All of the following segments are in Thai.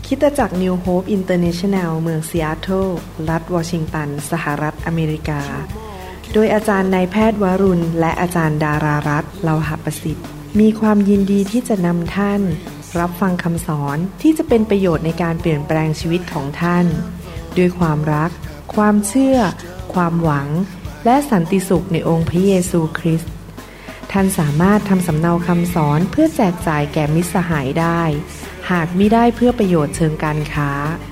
คริสตจักร New Hope International เมืองซีแอตเทิลรัฐวอชิงตันสหรัฐอเมริกาโดยอาจารย์นายแพทย์วรุณและอาจารย์ดารารัตน์เลาหประสิทธิ์มีความยินดีที่จะนำท่านรับฟังคำสอนที่จะเป็นประโยชน์ในการเปลี่ยนแปลงชีวิตของท่านด้วยความรักความเชื่อความหวังและสันติสุขในองค์พระเยซูคริสต์ท่านสามารถทำสำเนาคำสอนเพื่อแจกจ่ายแก่มิตรสหายได้หากมิได้เพื่อประโยชน์เชิงการค้า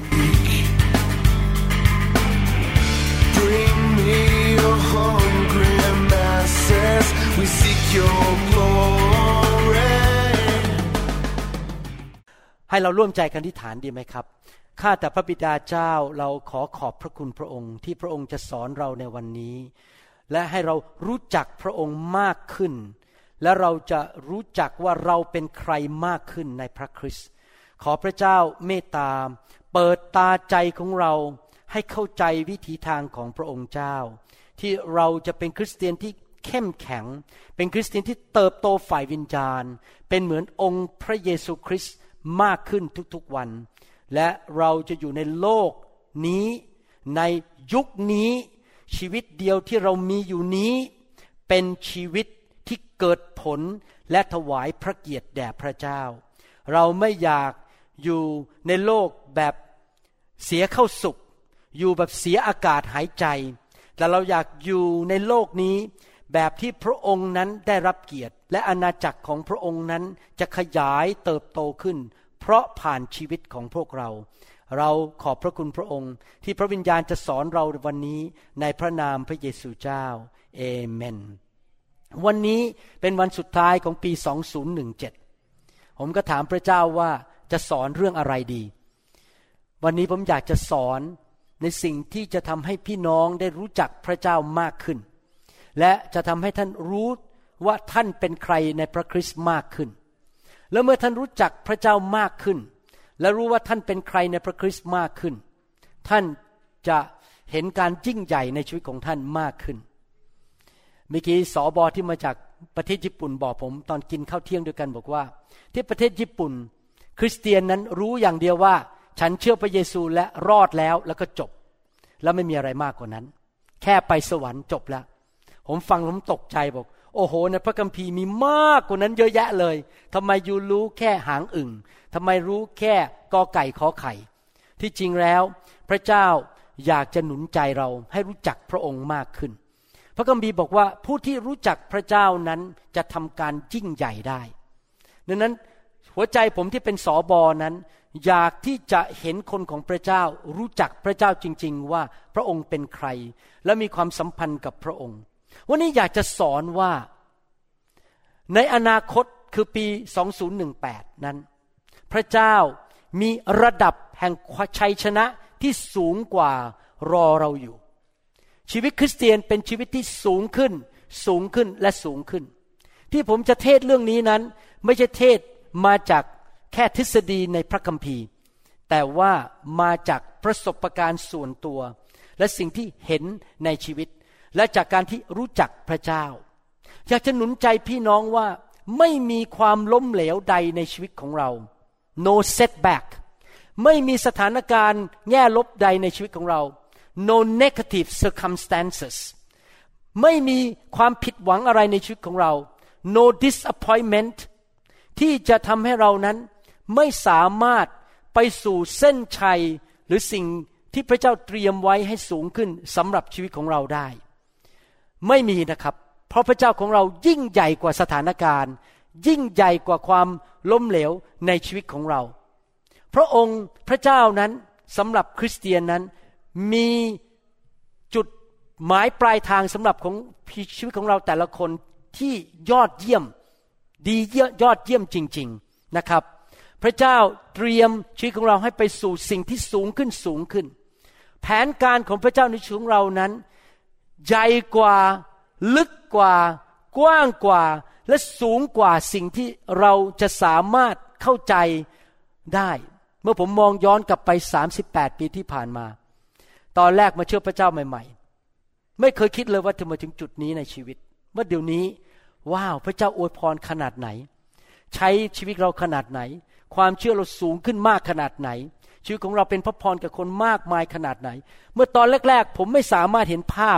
ให้เราร่วมใจกันอธิษฐานดีไหมครับข้าแต่พระบิดาเจ้าเราขอขอบพระคุณพระองค์ที่พระองค์จะสอนเราในวันนี้และให้เรารู้จักพระองค์มากขึ้นและเราจะรู้จักว่าเราเป็นใครมากขึ้นในพระคริสต์ขอพระเจ้าเมตตาเปิดตาใจของเราให้เข้าใจวิถีทางของพระองค์เจ้าที่เราจะเป็นคริสเตียนที่เข้มแข็งเป็นคริสเตียนที่เติบโตฝ่ายวิญญาณเป็นเหมือนองค์พระเยซูคริสต์มากขึ้นทุกๆวันและเราจะอยู่ในโลกนี้ในยุคนี้ชีวิตเดียวที่เรามีอยู่นี้เป็นชีวิตที่เกิดผลและถวายพระเกียรติแด่พระเจ้าเราไม่อยากอยู่ในโลกแบบเสียเข้าสุขอยู่แบบเสียอากาศหายใจแต่เราอยากอยู่ในโลกนี้แบบที่พระองค์นั้นได้รับเกียรติและอาณาจักรของพระองค์นั้นจะขยายเติบโตขึ้นเพราะผ่านชีวิตของพวกเราเราขอบพระคุณพระองค์ที่พระวิญญาณจะสอนเราวันนี้ในพระนามพระเยซูเจ้าเอเมนวันนี้เป็นวันสุดท้ายของปี2017ผมก็ถามพระเจ้าว่าจะสอนเรื่องอะไรดีวันนี้ผมอยากจะสอนในสิ่งที่จะทำให้พี่น้องได้รู้จักพระเจ้ามากขึ้นและจะทำให้ท่านรู้ว่าท่านเป็นใครในพระคริสต์มากขึ้นแล้วเมื่อท่านรู้จักพระเจ้ามากขึ้นและรู้ว่าท่านเป็นใครในพระคริสต์มากขึ้นท่านจะเห็นการยิ่งใหญ่ในชีวิตของท่านมากขึ้นเมื่อกี้สบที่มาจากประเทศญี่ปุ่นบอกผมตอนกินข้าวเที่ยงด้วยกันบอกว่าที่ประเทศญี่ปุ่นคริสเตียนนั้นรู้อย่างเดียวว่าฉันเชื่อพระเยซูและรอดแล้วก็จบแล้วไม่มีอะไรมากกว่านั้นแค่ไปสวรรค์จบแล้วผมฟังผมตกใจบอกโอ้โหในพระคัมภีร์มีมากกว่านั้นเยอะแยะเลยทำไมยูรู้แค่หางอึ่งทำไมรู้แค่กอไก่ขอไข่ที่จริงแล้วพระเจ้าอยากจะหนุนใจเราให้รู้จักพระองค์มากขึ้นพระคัมภีร์บอกว่าผู้ที่รู้จักพระเจ้านั้นจะทำการยิ่งใหญ่ได้ดังนั้นหัวใจผมที่เป็นสบนั้นอยากที่จะเห็นคนของพระเจ้ารู้จักพระเจ้าจริงๆว่าพระองค์เป็นใครและมีความสัมพันธ์กับพระองค์วันนี้อยากจะสอนว่าในอนาคตคือปี2018นั้นพระเจ้ามีระดับแห่งชัยชนะที่สูงกว่ารอเราอยู่ชีวิตคริสเตียนเป็นชีวิตที่สูงขึ้นสูงขึ้นและสูงขึ้นที่ผมจะเทศเรื่องนี้นั้นไม่ใช่เทศมาจากแค่ทฤษฎีในพระคัมภีร์แต่ว่ามาจากประสบการณ์ส่วนตัวและสิ่งที่เห็นในชีวิตและจากการที่รู้จักพระเจ้าอยากจะหนุนใจพี่น้องว่าไม่มีความล้มเหลวใดในชีวิตของเรา no setback ไม่มีสถานการณ์แง่ลบใดในชีวิตของเรา no negative circumstances ไม่มีความผิดหวังอะไรในชีวิตของเรา no disappointment ที่จะทำให้เรานั้นไม่สามารถไปสู่เส้นชัยหรือสิ่งที่พระเจ้าเตรียมไว้ให้สูงขึ้นสำหรับชีวิตของเราได้ไม่มีนะครับเพราะพระเจ้าของเรายิ่งใหญ่กว่าสถานการณ์ยิ่งใหญ่กว่าความล้มเหลวในชีวิตของเราพระองค์พระเจ้านั้นสำหรับคริสเตียนนั้นมีจุดหมายปลายทางสำหรับของชีวิตของเราแต่ละคนที่ยอดเยี่ยมดียอดเยี่ยมจริงๆนะครับพระเจ้าเตรียมชีวิตของเราให้ไปสู่สิ่งที่สูงขึ้นสูงขึ้นแผนการของพระเจ้าในชีวิตของเรานั้นใหญ่กว่าลึกกว่ากว้างกว่าและสูงกว่าสิ่งที่เราจะสามารถเข้าใจได้เมื่อผมมองย้อนกลับไป38ปีที่ผ่านมาตอนแรกมาเชื่อพระเจ้าใหม่ๆไม่เคยคิดเลยว่าจะมาถึงจุดนี้ในชีวิตว่าเดี๋ยวนี้ว้าวพระเจ้าอวยพรขนาดไหนใช้ชีวิตเราขนาดไหนความเชื่อเราสูงขึ้นมากขนาดไหนชีวิตของเราเป็นพระพรกับคนมากมายขนาดไหนเมื่อตอนแรกๆผมไม่สามารถเห็นภาพ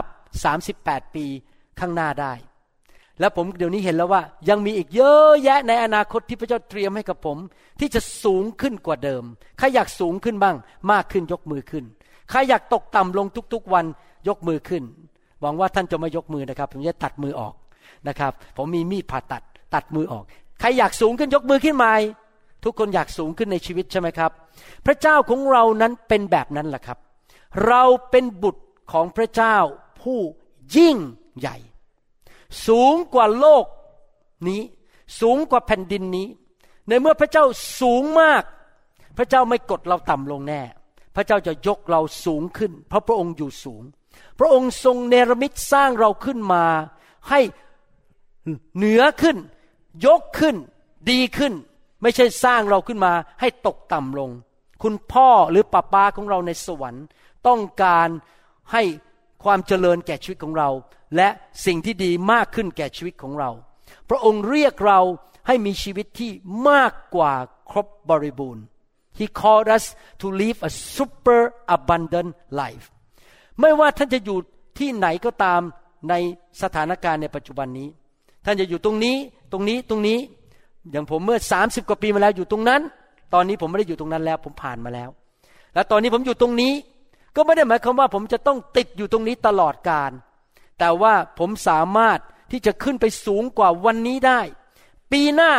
38ปีข้างหน้าได้และผมเดี๋ยวนี้เห็นแล้วว่ายังมีอีกเยอะแยะในอนาคตที่พระเจ้าเตรียมให้กับผมที่จะสูงขึ้นกว่าเดิมใครอยากสูงขึ้นบ้างมากขึ้นยกมือขึ้นใครอยากตกต่ำลงทุกๆวันยกมือขึ้นหวังว่าท่านจะไม่ยกมือนะครับผมจะตัดมือออกนะครับผมมีมีดผ่าตัดมือออกใครอยากสูงขึ้นยกมือขึ้นมาทุกคนอยากสูงขึ้นในชีวิตใช่ไหมครับพระเจ้าของเรานั้นเป็นแบบนั้นแหละครับเราเป็นบุตรของพระเจ้าผู้ยิ่งใหญ่สูงกว่าโลกนี้สูงกว่าแผ่นดินนี้ในเมื่อพระเจ้าสูงมากพระเจ้าไม่กดเราต่ำลงแน่พระเจ้าจะยกเราสูงขึ้นเพราะพระองค์อยู่สูงพระองค์ทรงเนรมิตสร้างเราขึ้นมาให้เหนือขึ้นยกขึ้นดีขึ้นไม่ใช่สร้างเราขึ้นมาให้ตกต่ำลงคุณพ่อหรือป้าของเราในสวรรค์ต้องการให้ความเจริญแก่ชีวิตของเราและสิ่งที่ดีมากขึ้นแก่ชีวิตของเราพระองค์เรียกเราให้มีชีวิตที่มากกว่าครบบริบูรณ์ He called us to live a super abundant life ไม่ว่าท่านจะอยู่ที่ไหนก็ตามในสถานการณ์ในปัจจุบันนี้ท่านจะอยู่ตรงนี้อย่างผมเมื่อ30กว่าปีมาแล้วอยู่ตรงนั้นตอนนี้ผมไม่ได้อยู่ตรงนั้นแล้วผมผ่านมาแล้วและตอนนี้ผมอยู่ตรงนี้ก็ไม่ได้หมายความว่าผมจะต้องติดอยู่ตรงนี้ตลอดกาลแต่ว่าผมสามารถที่จะขึ้นไปสูงกว่าวันนี้ได้ปีหน้า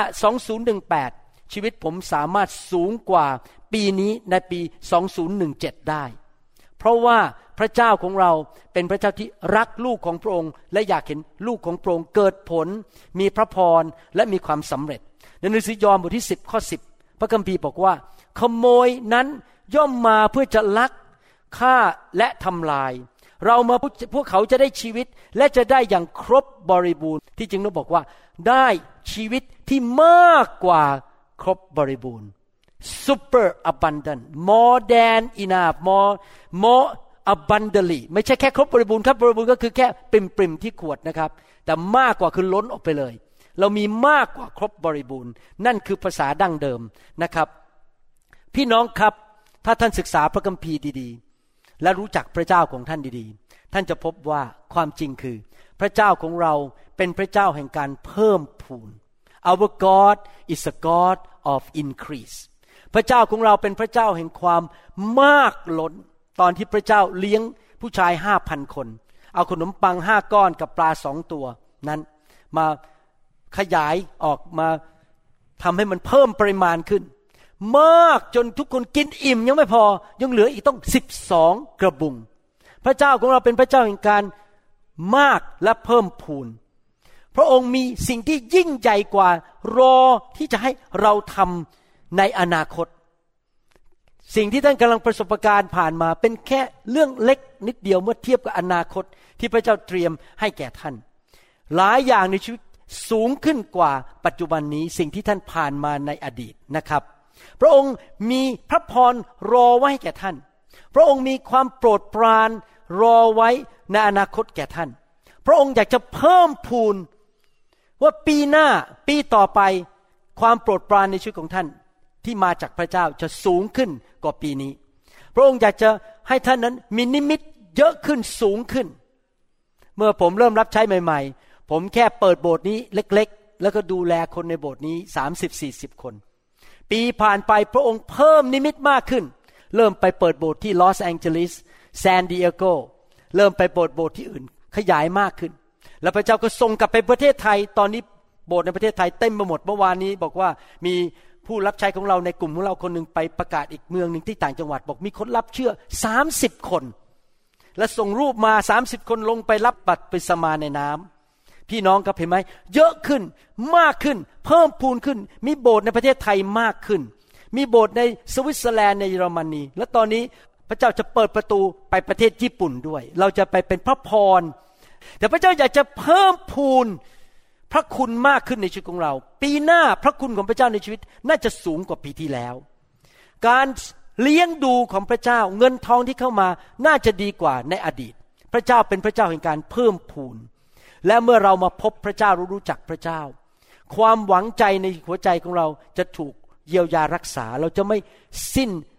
2018ชีวิตผมสามารถสูงกว่าปีนี้ในปี2017ได้เพราะว่าพระเจ้าของเราเป็นพระเจ้าที่รักลูกของพระองค์และอยากเห็นลูกของพระองค์เกิดผลมีพระพรและมีความสำเร็จในหนังสือยอห์นบทที่10ข้อ10พระคัมภีร์บอกว่าขโมยนั้นย่อมมาเพื่อจะลักฆ่าและทำลายเรามาพวกเขาจะได้ชีวิตและจะได้อย่างครบบริบูรณ์ที่จริงเราบอกว่าได้ชีวิตที่มากกว่าครบบริบูรณ์ super abundant more than enough more abundantly ไม่ใช่แค่ครบบริบูรณ์ครับบริบูรณ์ก็คือแค่ปริมๆที่ขวดนะครับแต่มากกว่าคือล้นออกไปเลยเรามีมากกว่าครบบริบูรณ์นั่นคือภาษาดั้งเดิมนะครับพี่น้องครับถ้าท่านศึกษาพระคัมภีร์ดีๆและรู้จักพระเจ้าของท่านดีๆท่านจะพบว่าความจริงคือพระเจ้าของเราเป็นพระเจ้าแห่งการเพิ่มพูน Our God is a God of increase พระเจ้าของเราเป็นพระเจ้าแห่งความมากล้นตอนที่พระเจ้าเลี้ยงผู้ชาย 5,000 คนเอาขนมปัง5ก้อนกับปลา2ตัวนั้นมาขยายออกมาทำให้มันเพิ่มปริมาณขึ้นมากจนทุกคนกินอิ่มยังไม่พอยังเหลืออีกต้อง12กระบุงพระเจ้าของเราเป็นพระเจ้าแห่งการมากและเพิ่มพูนพระองค์มีสิ่งที่ยิ่งใหญ่กว่ารอที่จะให้เราทำในอนาคตสิ่งที่ท่านกำลังประสบการณ์ผ่านมาเป็นแค่เรื่องเล็กนิดเดียวเมื่อเทียบกับอนาคตที่พระเจ้าเตรียมให้แก่ท่านหลายอย่างในชีวิตสูงขึ้นกว่าปัจจุบันนี้สิ่งที่ท่านผ่านมาในอดีตนะครับพระองค์มีพระพรรอไว้ให้แก่ท่านพระองค์มีความโปรดปรานรอไว้ในอนาคตแก่ท่านพระองค์อยากจะเพิ่มพูนว่าปีหน้าปีต่อไปความโปรดปรานในชีวิตของท่านที่มาจากพระเจ้าจะสูงขึ้นกว่าปีนี้พระองค์อยากจะให้ท่านนั้นมีนิมิตเยอะขึ้นสูงขึ้นเมื่อผมเริ่มรับใช้ใหม่ๆผมแค่เปิดโบสถ์นี้เล็กๆแล้วก็ดูแลคนในโบสถ์นี้ 30-40 คนปีผ่านไปพระองค์เพิ่มนิมิตมากขึ้นเริ่มไปเปิดโบสถ์ที่ลอสแองเจลิสซานดิเอโกเริ่มไปเปิดโบสถ์ที่อื่นขยายมากขึ้นแล้วพระเจ้าก็ส่งกลับไปประเทศไทยตอนนี้โบสถ์ในประเทศไทยเต็มไปหมดเมื่อวานนี้บอกว่ามีผู้รับใช้ของเราในกลุ่มของเราคนนึงไปประกาศอีกเมืองนึงที่ต่างจังหวัดบอกมีคนรับเชื่อ30คนและส่งรูปมา30คนลงไปรับบัพติศมาในน้ำพี่น้องครับเห็นไหมเยอะขึ้นมากขึ้นเพิ่มพูนขึ้นมีโบสถ์ในประเทศไทยมากขึ้นมีโบสถ์ในสวิตเซอร์แลนด์ในเยอรมนีและตอนนี้พระเจ้าจะเปิดประตูไปประเทศญี่ปุ่นด้วยเราจะไปเป็นพระพรแต่พระเจ้าอยากจะเพิ่มพูนพระคุณมากขึ้นในชีวิตของเราปีหน้าพระคุณของพระเจ้าในชีวิตน่าจะสูงกว่าปีที่แล้วการเลี้ยงดูของพระเจ้าเงินทองที่เข้ามาน่าจะดีกว่าในอดีตพระเจ้าเป็นพระเจ้าแห่งการเพิ่มพูนและเมื่อเรามาพบพระเจ้ารู้จักพระเจ้าความหวังใจในหัวใจของเราจะถูกเยียวยารักษาเราจะไม่สิ้น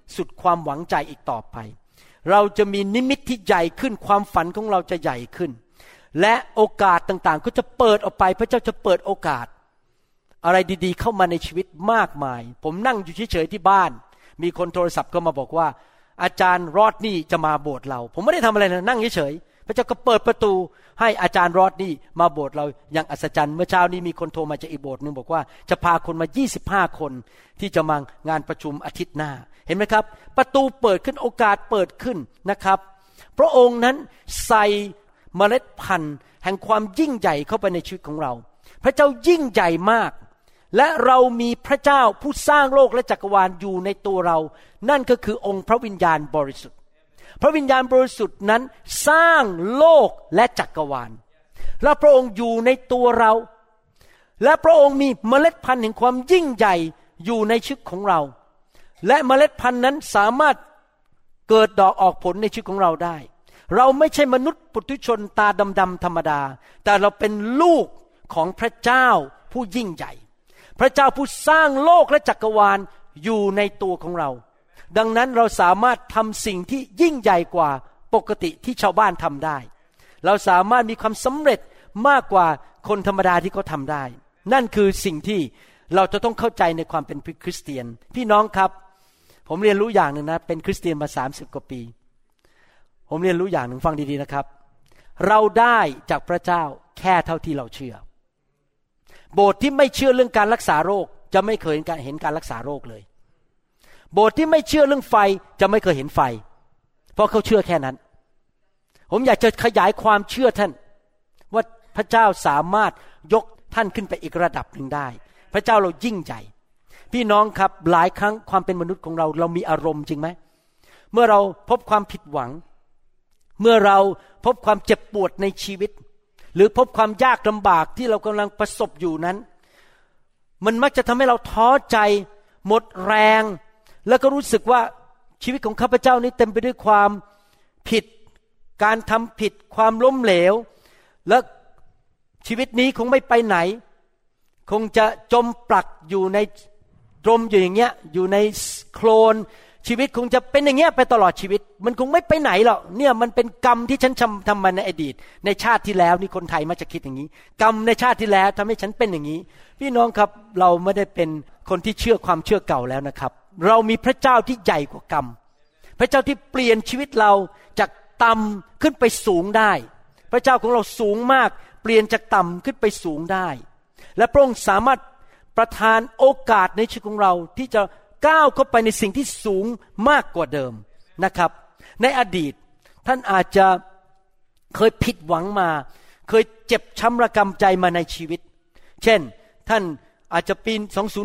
สุดความหวังใจอีกต่อไปเราจะมีนิมิตที่ใหญ่ขึ้นความฝันของเราจะใหญ่ขึ้นและโอกาสต่างๆก็จะเปิดออกไปพระเจ้าจะเปิดโอกาสอะไรดีๆเข้ามาในชีวิตมากมายผมนั่งอยู่เฉยๆที่บ้านมีคนโทรศัพท์ก็มาบอกว่าอาจารย์รอดนี่จะมาโบสถ์เราผมไม่ได้ทำอะไรนะนั่งเฉยๆพระเจ้าก็เปิดประตูให้อาจารย์รอดนี่มาโบสถ์เราอย่างอัศจรรย์เมื่อเช้านี้มีคนโทรมาจากอีกโบสถ์นึงบอกว่าจะพาคนมา25คนที่จะมางานประชุมอาทิตย์หน้าเห็นไหมครับประตูเปิดขึ้นโอกาสเปิดขึ้นนะครับพระองค์นั้นใส่เมล็ดพันธุ์แห่งความยิ่งใหญ่เข้าไปในชีวิตของเราพระเจ้ายิ่งใหญ่มากและเรามีพระเจ้าผู้สร้างโลกและจักรวาลอยู่ในตัวเรานั่นก็คือองค์พระวิญญาณบริสุทธิ์พระวิญญาณบริสุทธิ์นั้นสร้างโลกและจักรวาลและพระองค์อยู่ในตัวเราและพระองค์มีเมล็ดพันธุ์แห่งความยิ่งใหญ่อยู่ในชีวิตของเราและเมล็ดพันธุ์นั้นสามารถเกิดดอกออกผลในชีวิตของเราได้เราไม่ใช่มนุษย์ปุถุชนตาดำๆธรรมดาแต่เราเป็นลูกของพระเจ้าผู้ยิ่งใหญ่พระเจ้าผู้สร้างโลกและจักรวาลอยู่ในตัวของเราดังนั้นเราสามารถทำสิ่งที่ยิ่งใหญ่กว่าปกติที่ชาวบ้านทำได้เราสามารถมีความสำเร็จมากกว่าคนธรรมดาที่เขาทำได้นั่นคือสิ่งที่เราจะต้องเข้าใจในความเป็นคริสเตียนพี่น้องครับผมเรียนรู้อย่างหนึ่งนะเป็นคริสเตียนมา30กว่าปีผมเรียนรู้อย่างหนึ่งฟังดีๆนะครับเราได้จากพระเจ้าแค่เท่าที่เราเชื่อโบสถ์ที่ไม่เชื่อเรื่องการรักษาโรคจะไม่เคยเห็นการรักษาโรคเลยโบสถ์ที่ไม่เชื่อเรื่องไฟจะไม่เคยเห็นไฟเพราะเขาเชื่อแค่นั้นผมอยากจะขยายความเชื่อท่านว่าพระเจ้าสามารถยกท่านขึ้นไปอีกระดับหนึ่งได้พระเจ้าเรายิ่งใหญ่พี่น้องครับหลายครั้งความเป็นมนุษย์ของเรามีอารมณ์จริงไหมเมื่อเราพบความผิดหวังเมื่อเราพบความเจ็บปวดในชีวิตหรือพบความยากลำบากที่เรากำลังประสบอยู่นั้นมันมักจะทำให้เราท้อใจหมดแรงแล้วก็รู้สึกว่าชีวิตของข้าพเจ้านี้เต็มไปด้วยความผิดการทำผิดความล้มเหลวและชีวิตนี้คงไม่ไปไหนคงจะจมปลักอยู่ในจมอยู่อย่างเงี้ยอยู่ในโคลนชีวิตคงจะเป็นอย่างเงี้ยไปตลอดชีวิตมันคงไม่ไปไหนหรอกเนี่ยมันเป็นกรรมที่ฉันทำมาในอดีตในชาติที่แล้วนี่คนไทยมักจะคิดอย่างนี้กรรมในชาติที่แล้วทำให้ฉันเป็นอย่างนี้พี่น้องครับเราไม่ได้เป็นคนที่เชื่อความเชื่อเก่าแล้วนะครับเรามีพระเจ้าที่ใหญ่กว่ากรรมพระเจ้าที่เปลี่ยนชีวิตเราจากต่ำขึ้นไปสูงได้พระเจ้าของเราสูงมากเปลี่ยนจากต่ำขึ้นไปสูงได้และพระองค์สามารถประทานโอกาสในชีวิตของเราที่จะก้าวเข้าไปในสิ่งที่สูงมากกว่าเดิมนะครับในอดีตท่านอาจจะเคยผิดหวังมาเคยเจ็บช้ำระกำใจมาในชีวิตเช่นท่านอาจจะปี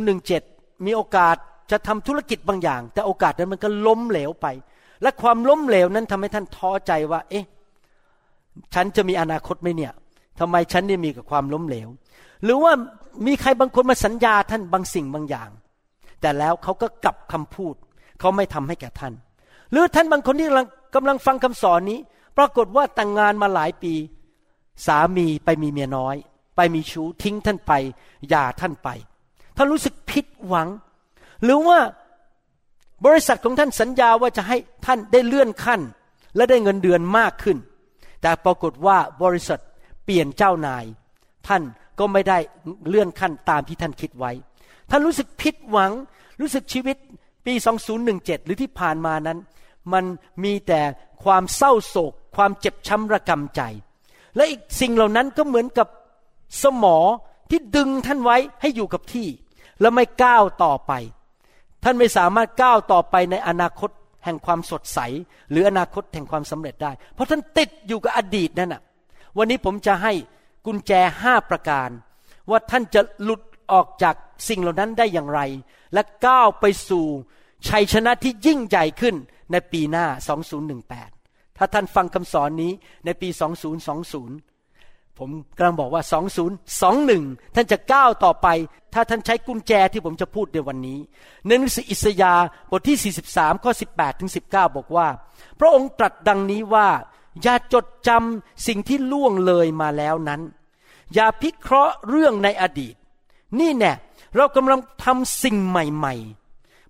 2017มีโอกาสจะทำธุรกิจบางอย่างแต่โอกาสนั้นมันก็ล้มเหลวไปและความล้มเหลวนั้นทำให้ท่านท้อใจว่าเอ๊ะฉันจะมีอนาคตไหมเนี่ยทำไมฉันเนี่ยมีกับความล้มเหลวหรือว่ามีใครบางคนมาสัญญาท่านบางสิ่งบางอย่างแต่แล้วเขาก็กลับคำพูดเขาไม่ทำให้แก่ท่านหรือท่านบางคนที่กำลังฟังคำสอนนี้ปรากฏว่าแต่งงานมาหลายปีสามีไปมีเมียน้อยไปมีชู้ทิ้งท่านไปหย่าท่านไปท่านรู้สึกผิดหวังหรือว่าบริษัทของท่านสัญญาว่าจะให้ท่านได้เลื่อนขั้นและได้เงินเดือนมากขึ้นแต่ปรากฏว่าบริษัทเปลี่ยนเจ้านายท่านก็ไม่ได้เลื่อนขั้นตามที่ท่านคิดไว้ท่านรู้สึกผิดหวังรู้สึกชีวิตปี2017หรือที่ผ่านมานั้นมันมีแต่ความเศร้าโศกความเจ็บช้ำระกำใจและอีกสิ่งเหล่านั้นก็เหมือนกับสมอที่ดึงท่านไว้ให้อยู่กับที่แล้วไม่ก้าวต่อไปท่านไม่สามารถก้าวต่อไปในอนาคตแห่งความสดใสหรืออนาคตแห่งความสำเร็จได้เพราะท่านติดอยู่กับอดีตนั่นน่ะวันนี้ผมจะให้กุญแจ5ประการว่าท่านจะหลุดออกจากสิ่งเหล่านั้นได้อย่างไรและก้าวไปสู่ชัยชนะที่ยิ่งใหญ่ขึ้นในปีหน้า2018ถ้าท่านฟังคำสอนนี้ในปี2020ผมกำลังบอกว่า2021ท่านจะก้าวต่อไปถ้าท่านใช้กุญแจที่ผมจะพูดในวันนี้ในหนังสืออิสยาห์บทที่43ข้อ18ถึง19บอกว่าพระองค์ตรัสดังนี้ว่าอย่าจดจำสิ่งที่ล่วงเลยมาแล้วนั้นอย่าพิเคราะห์เรื่องในอดีตนี่แน่เรากำลังทำสิ่งใหม่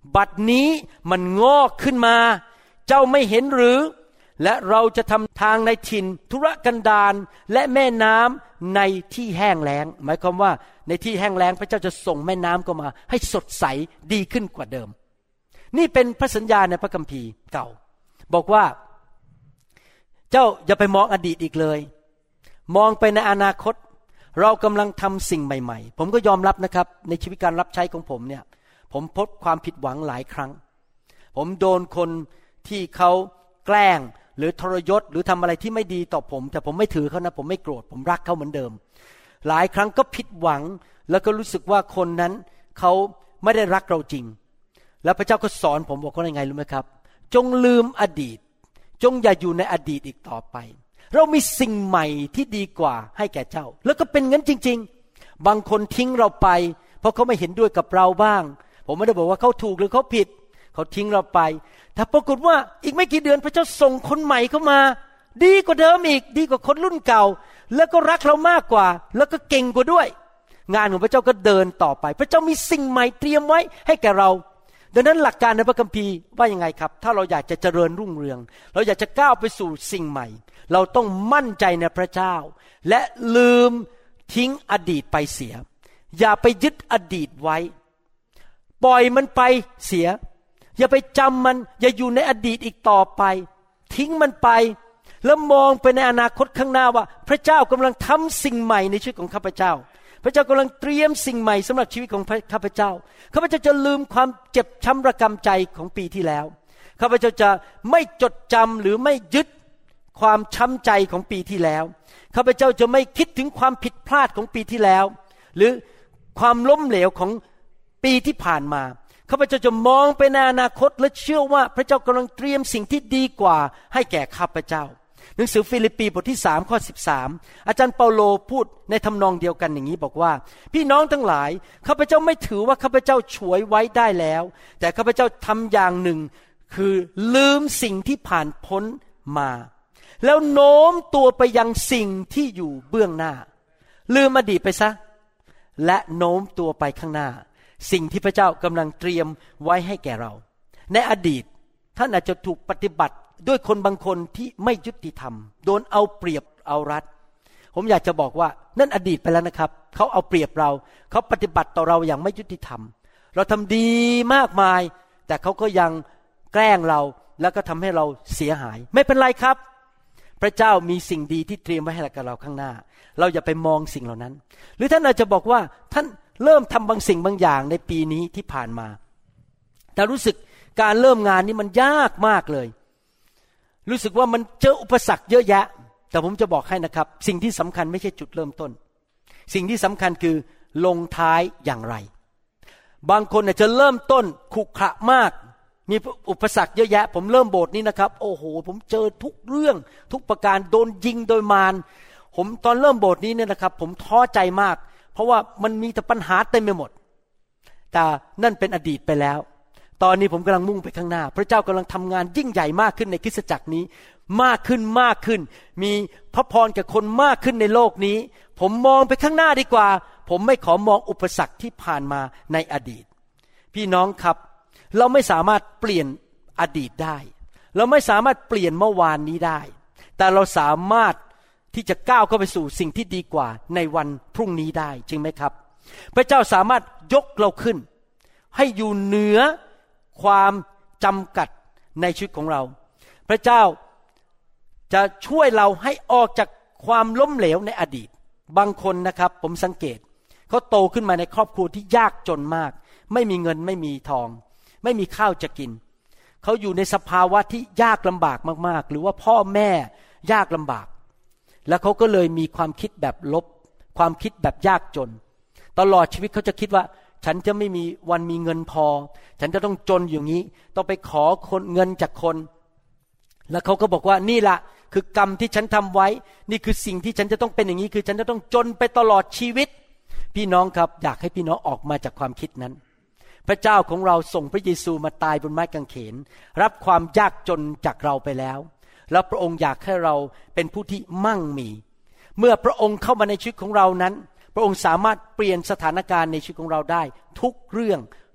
บัดนี้มันงอกขึ้นมาเจ้าไม่เห็นหรือและเราจะทำทางในถิ่นทุรกันดารและแม่น้ำในที่แห้งแล้งหมายความว่าในที่แห้งแล้งพระเจ้าจะส่งแม่น้ำเข้ามาให้สดใสดีขึ้นกว่าเดิมนี่เป็นพระสัญญาในพระคัมภีร์เก่าบอกว่าเจ้าอย่าไปมองอดีตอีกเลยมองไปในอนาคตเรากำลังทำสิ่งใหม่ๆผมก็ยอมรับนะครับในชีวิตการรับใช้ของผมเนี่ยผมพบความผิดหวังหลายครั้งผมโดนคนที่เขาแกล้งหรือทรยศหรือทำอะไรที่ไม่ดีต่อผมแต่ผมไม่ถือเขานะผมไม่โกรธผมรักเขาเหมือนเดิมหลายครั้งก็ผิดหวังแล้วก็รู้สึกว่าคนนั้นเขาไม่ได้รักเราจริงแล้วพระเจ้าก็สอนผมบอกว่ายังไงรู้ไหมครับจงลืมอดีตจงอย่าอยู่ในอดีตอีกต่อไปเรามีสิ่งใหม่ที่ดีกว่าให้แก่เจ้าแล้วก็เป็นงั้นจริงๆบางคนทิ้งเราไปเพราะเขาไม่เห็นด้วยกับเราบ้างผมไม่ได้บอกว่าเขาถูกหรือเขาผิดเขาทิ้งเราไปแต่ปรากฏว่าอีกไม่กี่เดือนพระเจ้าส่งคนใหม่เข้ามาดีกว่าเดิมอีกดีกว่าคนรุ่นเก่าแล้วก็รักเรามากกว่าแล้วก็เก่งกว่าด้วยงานของพระเจ้าก็เดินต่อไปพระเจ้ามีสิ่งใหม่เตรียมไว้ให้แก่เราดังนั้นหลักการในพระคัมภีร์ว่ายังไงครับถ้าเราอยากจะเจริญรุ่งเรืองเราอยากจะก้าวไปสู่สิ่งใหม่เราต้องมั่นใจในพระเจ้าและลืมทิ้งอดีตไปเสียอย่าไปยึดอดีตไว้ปล่อยมันไปเสียอย่าไปจำมันอย่าอยู่ในอดีตอีกต่อไปทิ้งมันไปแล้วมองไปในอนาคตข้างหน้าว่าพระเจ้ากำลังทำสิ่งใหม่ในชีวิตของข้าพเจ้าพระเจ้ากำลังเตรียมสิ่งใหม่สำหรับชีวิตของข้าพเจ้าข้าพเจ้าจะลืมความเจ็บช้ำระกำใจของปีที่แล้วข้าพเจ้าจะไม่จดจำหรือไม่ยึดความช้ำใจของปีที่แล้วข้าพเจ้าจะไม่คิดถึงความผิดพลาดของปีที่แล้วหรือความล้มเหลวของปีที่ผ่านมาข้าพเจ้าจะมองไปในอนาคตและเชื่อว่าพระเจ้ากำลังเตรียมสิ่งที่ดีกว่าให้แก่ข้าพเจ้าหนังสือฟิลิปปีบทที่3ข้อ13อาจารย์เปาโลพูดในทำนองเดียวกันอย่างนี้บอกว่าพี่น้องทั้งหลายข้าพเจ้าไม่ถือว่าข้าพเจ้าฉวยไว้ได้แล้วแต่ข้าพเจ้าทำอย่างหนึ่งคือลืมสิ่งที่ผ่านพ้นมาแล้วโน้มตัวไปยังสิ่งที่อยู่เบื้องหน้าลืมอดีตไปซะและโน้มตัวไปข้างหน้าสิ่งที่พระเจ้ากำลังเตรียมไว้ให้แก่เราในอดีตท่านอาจจะถูกปฏิบัติด้วยคนบางคนที่ไม่ยุติธรรมโดนเอาเปรียบเอารัดผมอยากจะบอกว่านั่นอดีตไปแล้วนะครับเขาเอาเปรียบเราเขาปฏิบัติต่อเราอย่างไม่ยุติธรรมเราทำดีมากมายแต่เขาก็ยังแกล้งเราแล้วก็ทำให้เราเสียหายไม่เป็นไรครับพระเจ้ามีสิ่งดีที่เตรียมไว้ให้กับเราข้างหน้าเราอย่าไปมองสิ่งเหล่านั้นหรือท่านอาจจะบอกว่าท่านเริ่มทำบางสิ่งบางอย่างในปีนี้ที่ผ่านมาแต่รู้สึกการเริ่มงานนี้มันยากมากเลยรู้สึกว่ามันเจออุปสรรคเยอะแยะแต่ผมจะบอกให้นะครับสิ่งที่สำคัญไม่ใช่จุดเริ่มต้นสิ่งที่สำคัญคือลงท้ายอย่างไรบางคนอาจจะเริ่มต้นขรุขระมากมีอุปสรรคเยอะแยะผมเริ่มโบสถ์นี้นะครับโอ้โหผมเจอทุกเรื่องทุกประการโดนยิงโดยมารผมตอนเริ่มโบสถ์นี้เนี่ยนะครับผมท้อใจมากเพราะว่ามันมีแต่ปัญหาเต็มไปหมดแต่นั่นเป็นอดีตไปแล้วตอนนี้ผมกำลังมุ่งไปข้างหน้าพระเจ้ากำลังทำงานยิ่งใหญ่มากขึ้นในคริสตจักรนี้มากขึ้นมีพระพรกับคนมากขึ้นในโลกนี้ผมมองไปข้างหน้าดีกว่าผมไม่ขอมองอุปสรรคที่ผ่านมาในอดีตพี่น้องครับเราไม่สามารถเปลี่ยนอดีตได้เราไม่สามารถเปลี่ยนเมื่อวานนี้ได้แต่เราสามารถที่จะก้าวเข้าไปสู่สิ่งที่ดีกว่าในวันพรุ่งนี้ได้จริงไหมครับพระเจ้าสามารถยกเราขึ้นให้อยู่เหนือความจำกัดในชีวิตของเราพระเจ้าจะช่วยเราให้ออกจากความล้มเหลวในอดีตบางคนนะครับผมสังเกตเขาโตขึ้นมาในครอบครัวที่ยากจนมากไม่มีเงินไม่มีทองไม่มีข้าวจะกินเขาอยู่ในสภาวะที่ยากลำบากมากๆหรือว่าพ่อแม่ยากลำบากแล้วเขาก็เลยมีความคิดแบบลบความคิดแบบยากจนตลอดชีวิตเขาจะคิดว่าฉันจะไม่มีวันมีเงินพอฉันจะต้องจนอย่างนี้ต้องไปขอคนเงินจากคนแล้วเขาก็บอกว่านี่ล่ะคือกรรมที่ฉันทำไว้นี่คือสิ่งที่ฉันจะต้องเป็นอย่างนี้คือฉันจะต้องจนไปตลอดชีวิตพี่น้องครับอยากให้พี่น้องออกมาจากความคิดนั้นพระเจ้าของเราส่งพระเยซูมาตายบนไม้กางเขนรับความยากจนจากเราไปแล้วแล้วพระองค์อยากให้เราเป็นผู้ที่มั่งมีเมื่อพระองค์เข้ามาในชีวิตของเรานั้นพระองค์สามารถเปลี่ยนสถานการณ์ในชีวิตของเราได้ทุกเรื่อง